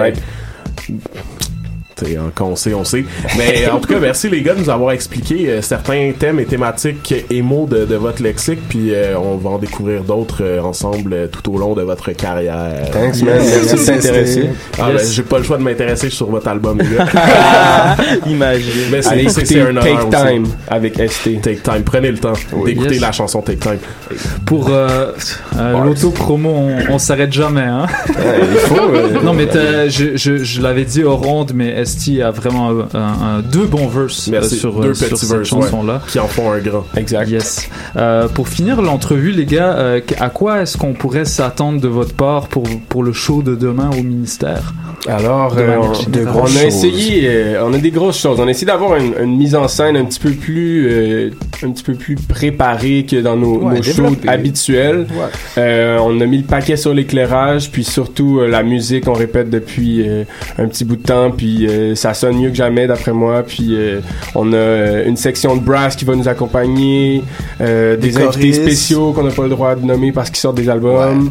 On sait. Mais en tout cas, merci les gars de nous avoir expliqué certains thèmes et thématiques émo de votre lexique, puis on va en découvrir d'autres ensemble tout au long de votre carrière. Thanks, man. Merci de t'intéresser. J'ai pas le choix de m'intéresser sur votre album, les gars. Imagine. Mais c'est un honneur Take Time aussi. Avec ST. Take Time. Prenez le temps d'écouter la chanson Take Time. Pour l'auto-promo, on s'arrête jamais, hein. Il faut. Non, mais je l'avais dit au ronde, mais ST a vraiment deux bons verses sur cette chanson-là. Qui en font un grand. Exact. Yes. Pour finir l'entrevue, les gars, à quoi est-ce qu'on pourrait s'attendre de votre part pour le show de demain au ministère? Alors, on a essayé, on a des grosses choses. On a essayé d'avoir une mise en scène un petit peu plus préparée que dans nos shows habituels. On a mis le paquet sur l'éclairage, puis surtout la musique, on répète depuis un petit bout de temps, puis ça sonne mieux que jamais d'après moi. Puis on a une section de brass qui va nous accompagner, des invités spéciaux qu'on n'a pas le droit de nommer parce qu'ils sortent des albums.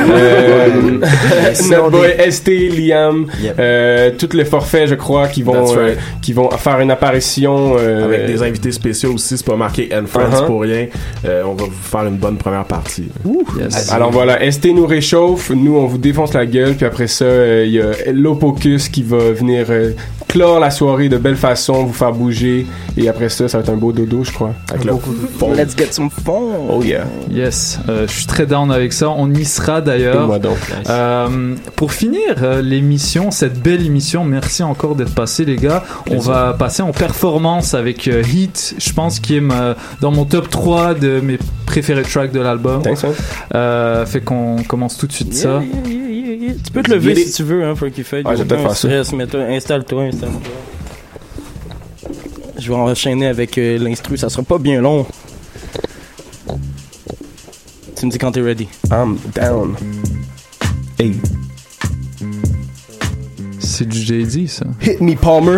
Notre boy ST, Liam, tout le forfait, je crois, qui vont faire une apparition avec des invités spéciaux aussi. C'est pas marqué And Friends pour rien. On va vous faire une bonne première partie. Yes. Alors voilà, ST nous réchauffe, nous on vous défonce la gueule, puis après ça il y a Lopocus qui va venir clore la soirée de belle façon, vous faire bouger, et après ça va être un beau dodo, je crois, avec le fond. Let's get some fun. Oh yeah. Yes, je suis très down avec ça, on y sera d'ailleurs. Moi donc. Pour finir l'émission, cette belle émission, merci encore d'être passé les gars. On va passer en performance avec Heat, je pense qui est dans mon top 3 de mes préférés tracks de l'album. Fait qu'on commence tout de suite ça. Tu peux te lever si tu veux, hein, Frankie Fade. Ouais, je vais peut-être faire ça. Installe-toi. Je vais enchaîner avec l'instru, ça sera pas bien long. Tu me dis quand t'es ready. I'm down. Hey. C'est du JD ça. Hit me Palmer.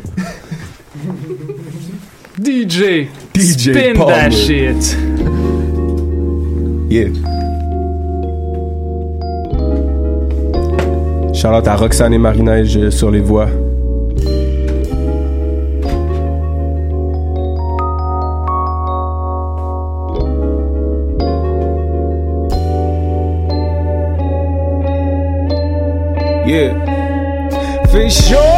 DJ spin Palmer. That shit. Yeah. Shout-out à Roxane et Marie-Neige sur les voix. Yeah. For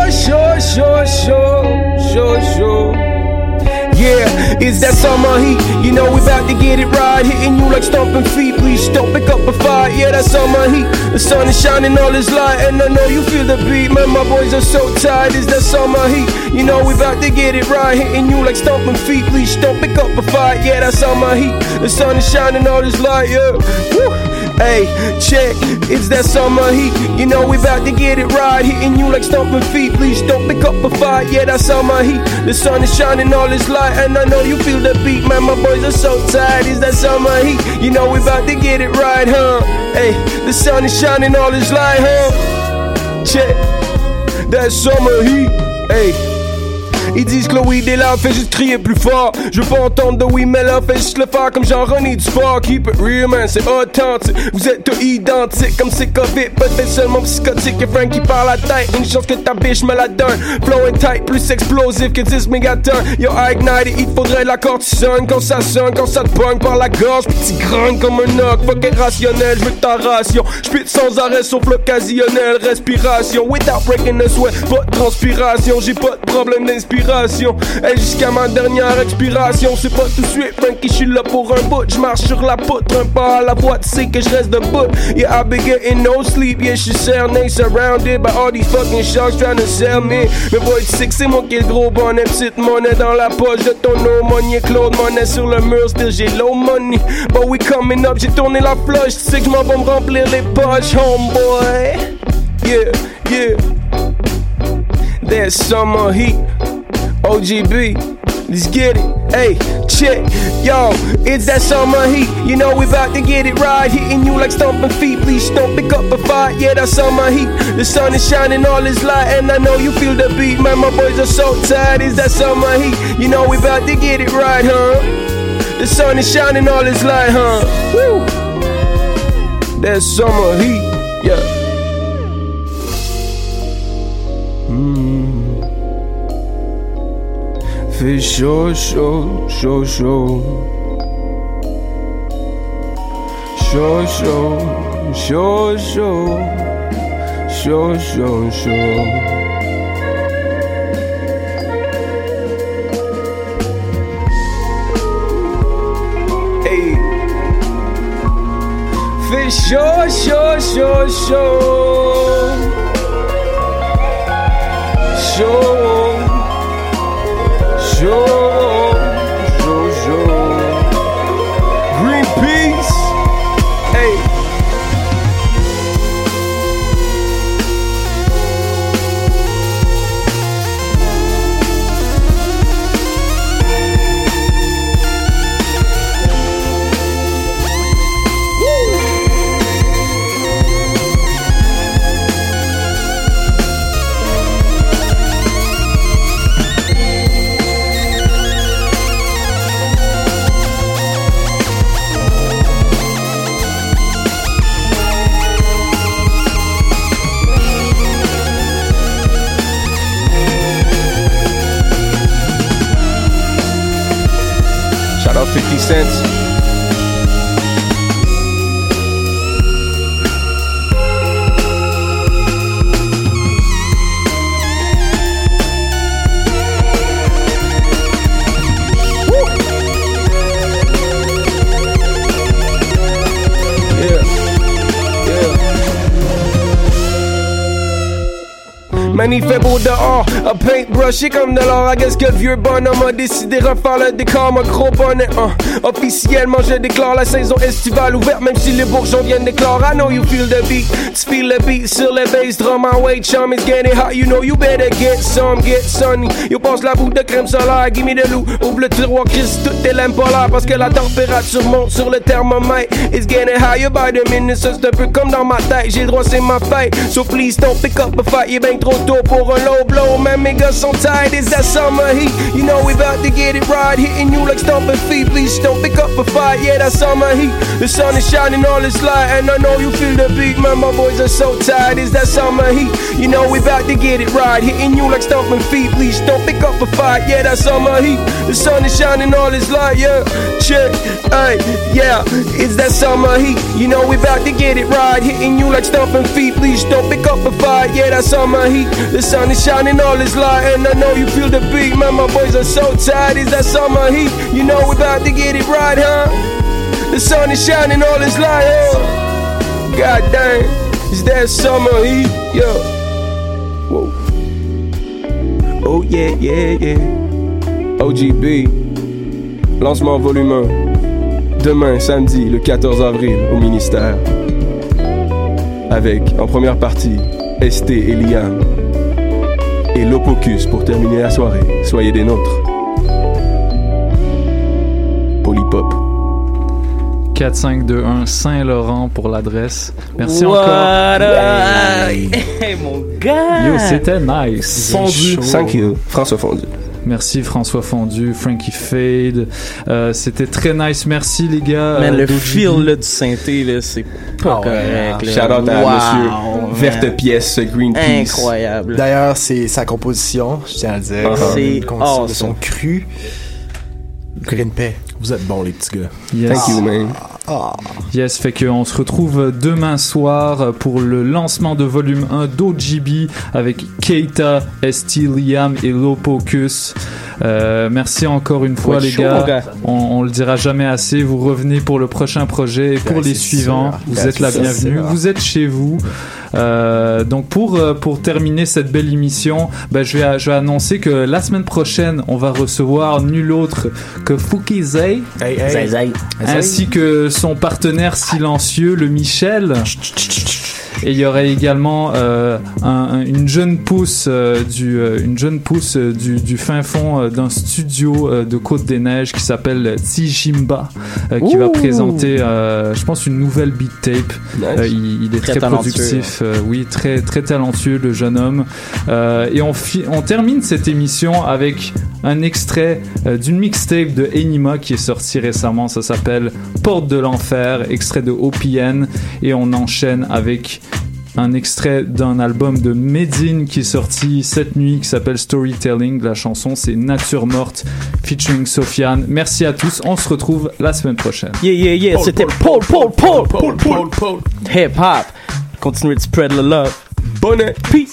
sure. Yeah, it's that summer heat. You know we about to get it right. Hitting you like stomping feet. Please don't pick up a fight. Yeah, that summer heat. The sun is shining all its light, and I know you feel the beat. Man, my boys are so tired. It's that summer heat. You know we about to get it right. Hitting you like stomping feet. Please don't pick up a fight. Yeah, that summer heat. The sun is shining all its light. Yeah. Woo. Hey, check, it's that summer heat. You know we about to get it right. Hitting you like stomping feet. Please don't pick up a fight. Yeah, that summer heat. The sun is shining all its light, and I know you feel the beat. Man, my boys are so tired. It's that summer heat. You know we about to get it right, huh? Hey, the sun is shining all its light, huh? Check, that summer heat. Hey. Ils disent que le weed est là, fait juste crier plus fort. Je veux pas entendre de oui, mais là, fait juste le faire comme Jean-René du sport. Keep it real, man, c'est authentique. Vous êtes tous identiques, comme c'est Covid, peut-être seulement psychotique. Y'a Frank qui parle la tête, une chance que ta biche me la donne. Flow and tight, plus explosif que 10 mégatons. Yo, I ignite, il faudrait de la cortisone. Quand ça sonne, quand ça te pogne par la gorge, pis tu grognes comme un knock. Fuck être rationnel, je veux ta ration. J'pite sans arrêt, sauf l'occasionnel. Respiration, without breaking the sweat. Pas de transpiration, j'ai pas de problème d'inspiration. Et jusqu'à ma dernière expiration, c'est pas tout de suite, Frankie, j'suis là pour un bout. J'marche sur la poutre, un pas à la fois, tu sais que j'reste debout. Yeah, I be getting no sleep, yeah, j'suis cerné, surrounded by all these fucking sharks trying to sell me. Mais boy, tu sais que c'est moi qui ai le gros bonnet, petite monnaie dans la poche de ton aumônier, Claude Monet sur le mur, still j'ai low money. But we coming up, j'ai tourné la flush, tu sais que j'm'en vais me remplir les poches, homeboy. Yeah. That summer heat. OGB, let's get it. Hey, check, yo, it's that summer heat. You know we about to get it right. Hitting you like stomping feet. Please don't pick up a fight. Yeah, that summer heat. The sun is shining all its light, and I know you feel the beat. Man, my boys are so tired. It's that summer heat. You know we about to get it right, huh? The sun is shining all its light, huh? Woo. That summer heat, yeah. For sure. Hey. For sure. Greenpeace, hey. About 50 cents. Man, il fait beau dehors, un paintbrush et comme de l'or. I guess que le vieux bonhomme a décidé de refaire le décor, mon gros bonnet. Officiellement, je déclare la saison estivale ouverte, même si les bourgeons viennent d'éclore. I know you feel the beat, tu feel the beat sur le bass drum. My way, chum, it's getting hot, you know you better get some, get sunny. Yo, passe la boule de crème solaire, give me the loot. Ouvre le tiroir, Chris, toutes tes lampes polaires, parce que la température monte sur le thermomètre. It's getting higher by the minute, ça c'est un peu comme dans ma tête. J'ai le droit, c'est ma fête, so please don't pick up a fight, il est bien trop tôt pour un low blow, man, mes gars sont tired. It's that summer heat, you know we about to get it right. Hitting you like stomping feet, please don't pick up a fight. Yeah, that summer heat, the sun is shining all its light, and I know you feel the beat, man, my boys are so tired. It's that summer heat, you know we about to get it right. Hitting you like stomping feet, please don't pick up a fight. Yeah, that summer heat, the sun is shining all its light. Yeah, check, ay, yeah, it's that summer heat, you know we about to get it right. Hitting you like stomping feet, please don't pick up a fight. Yeah, that summer heat, the sun is shining all its light, and I know you feel the beat, man, my boys are so tired. It's that summer heat, you know we about to get it right, huh? The sun is shining all its light, oh. God damn, it's that summer heat, yo. Whoa. Oh yeah, yeah, yeah. OGB, lancement volume 1. Demain, samedi, le 14 avril, au ministère. Avec, en première partie, ST et Liam. Et Lopocus pour terminer la soirée. Soyez des nôtres. Polypop. 4521 Saint-Laurent pour l'adresse. Merci What encore. Hey, mon gars! Yo, c'était nice. Fondu. Thank you. François Fondu. Merci François Fondu, Frankie Fade. C'était très nice. Merci les gars. Man, le feel là, du synthé, là, c'est pas correct. Shout out à monsieur Verte Pièce, Greenpeace. Incroyable. D'ailleurs, c'est sa composition, je tiens à le dire. C'est composition de son cru. Green Pay. Vous êtes bons, les petits gars. Yes. Thank you, man. Yes, fait qu'on se retrouve demain soir pour le lancement de volume 1 d'OGB avec Keita, ST, Liam et Lopocus. Merci encore une fois, les gars. On le dira jamais assez. Vous revenez pour le prochain projet et pour les suivants. Vous êtes la bienvenue. Vous êtes chez vous. Donc pour terminer cette belle émission, je vais annoncer que la semaine prochaine on va recevoir nul autre que Fouki Zay, ainsi que son partenaire silencieux le Michel. Et il y aurait également une jeune pousse du fin fond d'un studio de Côte-des-Neiges qui s'appelle Tijimba, qui va présenter, je pense, une nouvelle beat tape. Nice. Il est très productif, oui, très très talentueux le jeune homme. Et on termine cette émission avec un extrait d'une mixtape de Enima qui est sortie récemment. Ça s'appelle Porte de l'Enfer, extrait de OPN, et on enchaîne avec un extrait d'un album de Medine qui est sorti cette nuit, qui s'appelle Storytelling. La chanson, c'est Nature Morte featuring Sofiane. Merci à tous, on se retrouve la semaine prochaine. Yeah, c'était Paul. Hip hop, continuez de spread the love. Bonne peace.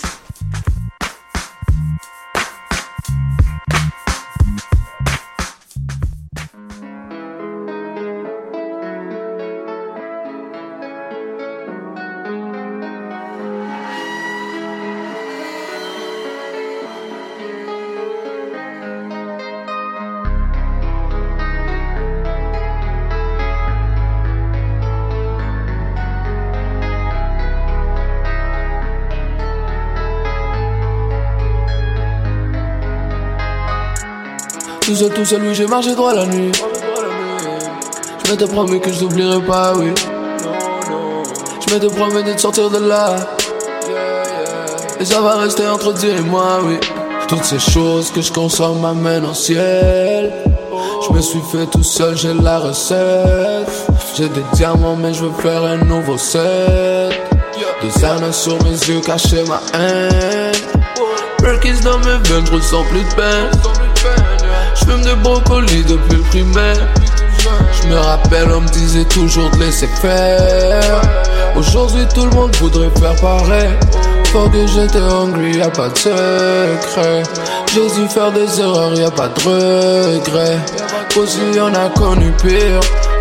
Tout seul, oui, j'ai marché droit la nuit. Je m'étais promis que je t'oublierai pas, oui. Je m'étais promis de te sortir de là. Et ça va rester entre Dieu et moi, oui. Toutes ces choses que je consomme m'amènent au ciel. Je me suis fait tout seul, j'ai la recette. J'ai des diamants, mais je veux faire un nouveau set. Des anneaux sur mes yeux, cacher ma haine. Perkins dans mes veines, je ressens plus de peine. J'fume des brocolis depuis le primaire. Je me rappelle, on me disait toujours de laisser faire. Aujourd'hui tout le monde voudrait faire pareil. Faut que j'étais hungry, y'a pas de secret. J'ai dû faire des erreurs, y'a pas de regret. Aussi on a connu pire.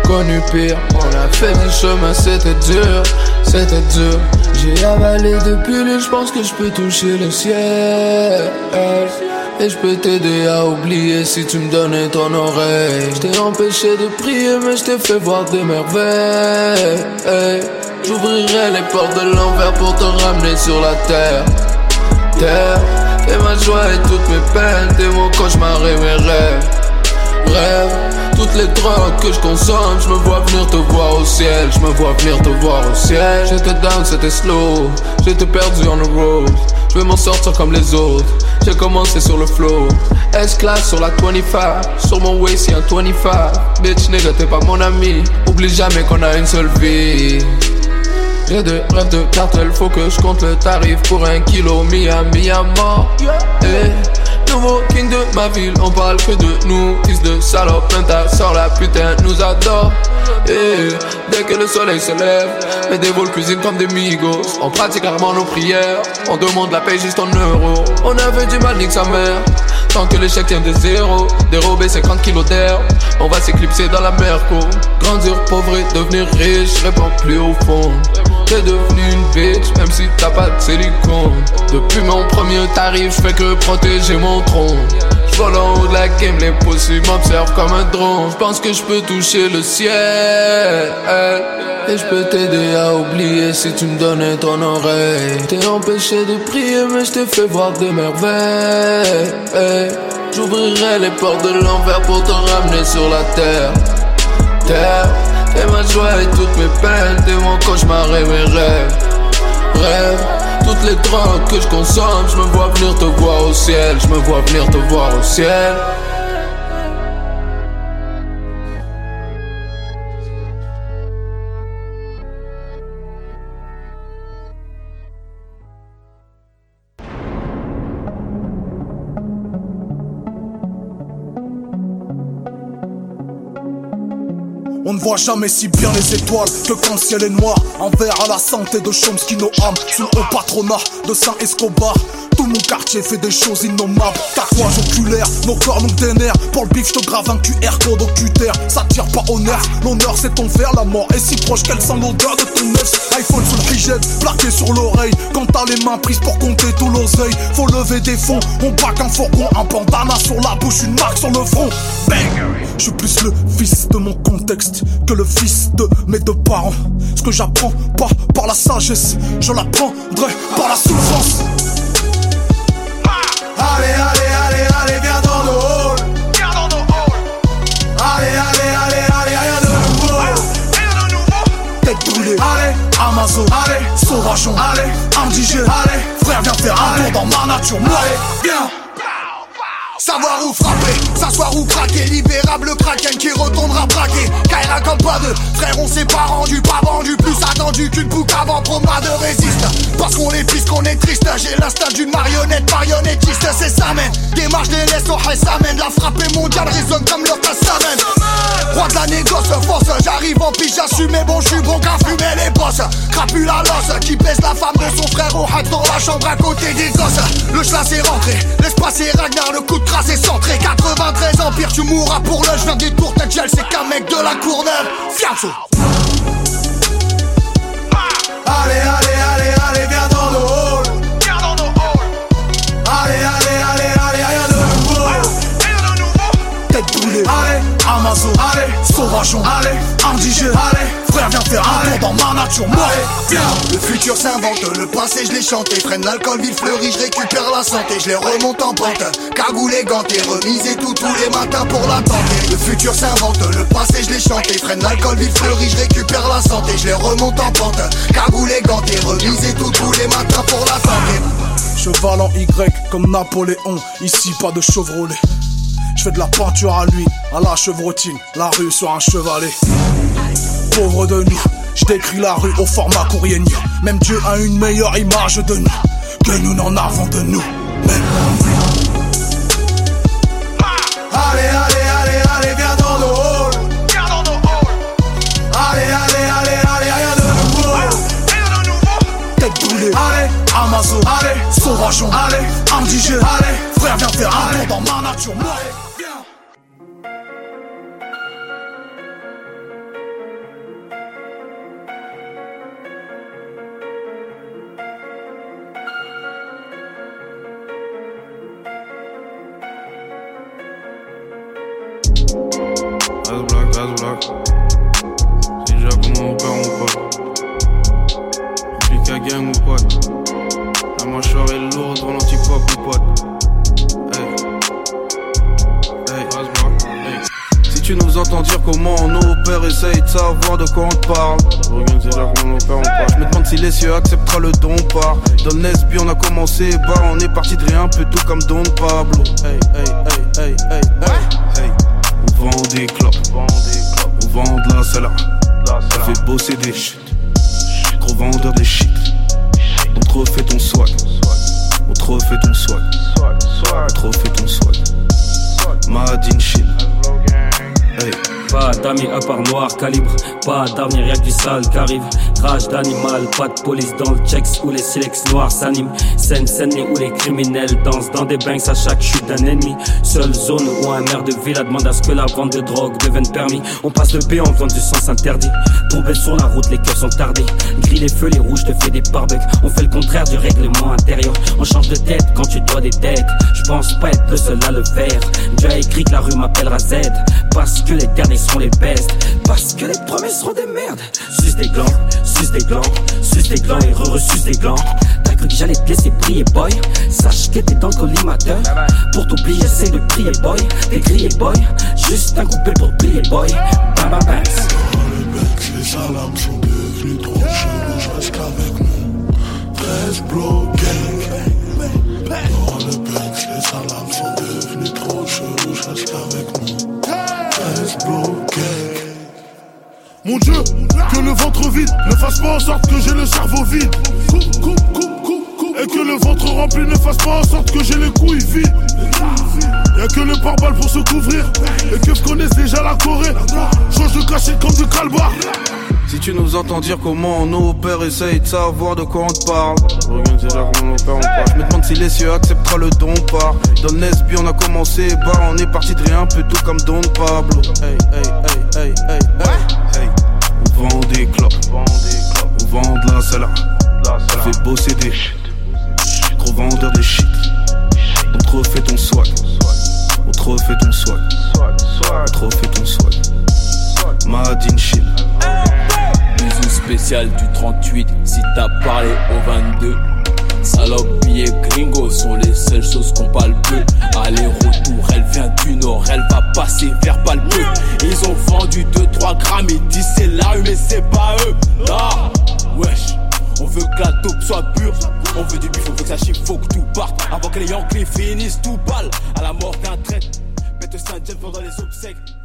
On a fait du chemin, c'était dur. J'ai avalé de pilules, j'pense que j'peux toucher le ciel. Et j'peux t'aider à oublier si tu me donnais ton oreille. J't'ai empêché de prier, mais j't'ai fait voir des merveilles. J'ouvrirai les portes de l'enfer pour te ramener sur la terre. T'es ma joie et toutes mes peines, t'es mon cauchemar et mes rêves. Toutes les drogues que je consomme, je me vois venir te voir au ciel. J'étais down, c'était slow. J'étais perdu on the road. Je vais m'en sortir comme les autres. J'ai commencé sur le flow. S-Class sur la 25. Sur mon waist y'a un 25. Bitch nigga t'es pas mon ami. Oublie jamais qu'on a une seule vie. J'ai des rêves de cartel, faut que je compte le tarif pour 1 kilo Miami à mort. Nouveau king de ma ville, on parle que de nous. Fils de salope, plein ta sort, la putain nous adore. Dès que le soleil se lève, mes dévots cuisinent comme des migos. On pratique rarement nos prières, on demande la paix juste en euros. On avait du mal, nique sa mère. Tant que l'échec tient de zéro, dérober 50 kilos d'air, on va s'éclipser dans la merco. Grandir pauvre et devenir riche, je réponds plus au fond. T'es devenu une bitch, même si t'as pas de silicone. Depuis mon premier tarif, je fais que protéger mon trône. J'vole en haut de la game, les pussy m'observent comme un drone. J'pense que j'peux toucher le ciel. Et j'peux t'aider à oublier si tu me donnais ton oreille. T'es empêché de prier, mais j't'ai fait voir des merveilles. J'ouvrirai les portes de l'enfer pour te ramener sur la terre. T'es ma joie et toutes mes peines, t'es mon cauchemar et mes rêves. Toutes les drogues que je consomme, je me vois venir te voir au ciel. On ne voit jamais si bien les étoiles que quand le ciel est noir. Envers à la santé de Chomsky, nos âmes sous le haut patronat de Saint-Escobar. Tout mon quartier fait des choses innommables. Tatouage oculaire, nos corps nous dénervent. Pour le bif, je te grave un QR code au cutter. Ça tire pas au nerf, l'honneur c'est ton fer. La mort est si proche qu'elle sent l'odeur de ton œuf. iPhone sous le hijab, plaqué sur l'oreille. Quand t'as les mains prises pour compter tout l'oseille, faut lever des fonds. On back un fourgon, un bandana sur la bouche, une marque sur le front. Bang! Je suis plus le fils de mon contexte que le fils de mes deux parents. Ce que j'apprends pas par la sagesse, je l'apprendrai par la souffrance. Allez, viens dans nos halls. Allez, rien de nouveau. Tête brûlée, allez, Amazon, allez, sauvageon, allez, indigène, allez, frère viens faire un tour dans ma nature, moi, viens. Savoir où frapper, s'asseoir ou craquer. Libérable kraken qui retournera braquer. Kaira comme pas deux, frère on s'est pas rendu. Pas vendu, plus attendu qu'une boucle avant promenade résiste. Parce qu'on est pisse, qu'on est triste. J'ai l'instinct d'une marionnettiste. C'est ça mène, démarche les laisse au high ça mène. La frappe mondiale résonne comme leur tasse ça mène. Roi de la négoce, force, j'arrive en pige, j'assume. Mais bon, j'suis bon qu'à fumer les bosses. Crapule à l'os, qui baisse la femme de son frère au hack dans la chambre à côté des gosses. Le chlass est rentré, l'espace est Ragnar, le coup de crasse est centré. 93 ans, pire tu mourras pour le. Je viens des tours, ta gel, c'est qu'un mec de la Courneuve. Fianso. Allez, viens dans nos halls. Allez, rien de nouveau. Tête brûlée, allez, Amazon, allez, sauvageon, allez, indigène, allez, frère viens faire un tour dans ma nature, moi, viens. Le futur s'invente, le passé je l'ai chanté. Freine l'alcool, ville fleurie, je récupère la santé. Je les remonte en pente, cagoulé, ganté. Remisé tous les matins pour la tenter. Le futur s'invente, le passé je l'ai chanté. Freine l'alcool, ville fleurie, je récupère la santé. Je les remonte en pente, cagoulé, ganté. Remisé tous les matins pour la tenter. Cheval en Y comme Napoléon, ici pas de Chevrolet. Je fais de la peinture à l'huile, à la chevrotine, la rue sur un chevalet. Pauvre de nous, je décris la rue au format courrier nu. Même Dieu a une meilleure image de nous que nous n'en avons de nous. Allez, viens dans nos halls. rageons. Allez, indigène, allez, frère viens faire un tour dans ma nature. C'est déjà comment on perd mon pote. Applique à gang ou pote. La mâchoire est lourde dans l'antipop ou pote. Si tu nous entends dire comment on opère, essaye de savoir de quoi on te parle. Regarde, c'est là qu'on opère, on parle. Je me demande si les cieux acceptera le don par. Dans Nesby on a commencé, on est parti de rien, peu tout comme Don Pablo. On vend des clopes, on vend de la salade. On fait bosser des shit, gros vendeur de shit. On te refait ton swag, on te refait ton swag, on te refait ton swag. Made in Chine. Hey. Pas d'amis à part noir calibre, pas d'avenir, y'a que du sale qui arrive. Rage d'animal, pas de police dans le checks où les silex noirs s'animent. Scène où les criminels dansent dans des banks à chaque chute d'un ennemi. Seule zone où un maire de ville demande à ce que la vente de drogue devienne permis. On passe le B en faisant du sens interdit. Tourbé sur la route, les keufs sont tardés. Grille les feux, les rouges te fait des barbecues. On fait le contraire du règlement intérieur. On change de tête quand tu dois des têtes. J'pense pas être le seul à le faire. Dieu a écrit que la rue m'appellera Z. Parce que les derniers seront les best. Parce que les premiers seront des merdes. Suce des glands, suce des glands, suce des glands et re-suce des glands. T'as cru que j'allais te laisser prier boy. Sache que t'es dans le collimateur. Pour t'oublier j'essaie de prier boy. T'es crié boy, juste un coupé pour plier boy. Bam bam bam. Les alarmes sont devenues trop chelous, je reste qu'avec mon 13 blow gang. Dans le Banks, les alarmes sont devenues trop chelous, je reste qu'avec mon 13 blow gang. Mon Dieu, que le ventre vide ne fasse pas en sorte que j'ai le cerveau vide. Et que le ventre rempli ne fasse pas en sorte que j'ai les couilles vides. Y'a que le pare-balles pour se couvrir. Les keufs connaissent déjà la Corée. Change de cachette comme de calbar. Si tu nous entends dire comment on opère, essaye de savoir de quoi on te parle. Regarde, c'est là qu'on opère, on parle. Je me demande si les cieux acceptera le don par. Dans Nesby on a commencé, on est parti de rien, peu tout comme Don Pablo. On vend des clopes, on vend de la salade. On fait bosser des shit, gros vendeur de shit. On te refait ton swag, on te refait ton swag, on te refait ton swag. Made in Chine. Bisous spécial du 38, si t'as parlé au 22. Salope, billets gringo sont les seules choses qu'on parle peu. Aller-retour, elle vient du nord, elle va passer vers Palpeux. Ils ont vendu 2-3 grammes et disent c'est la rue mais c'est pas eux. Non, wesh, on veut que la taupe soit pure. On veut du bif, on veut que ça chiffre, faut que tout parte. Avant que les Yankees finissent tout balle. À la mort d'un traître, pète Saint-James pendant les obsèques.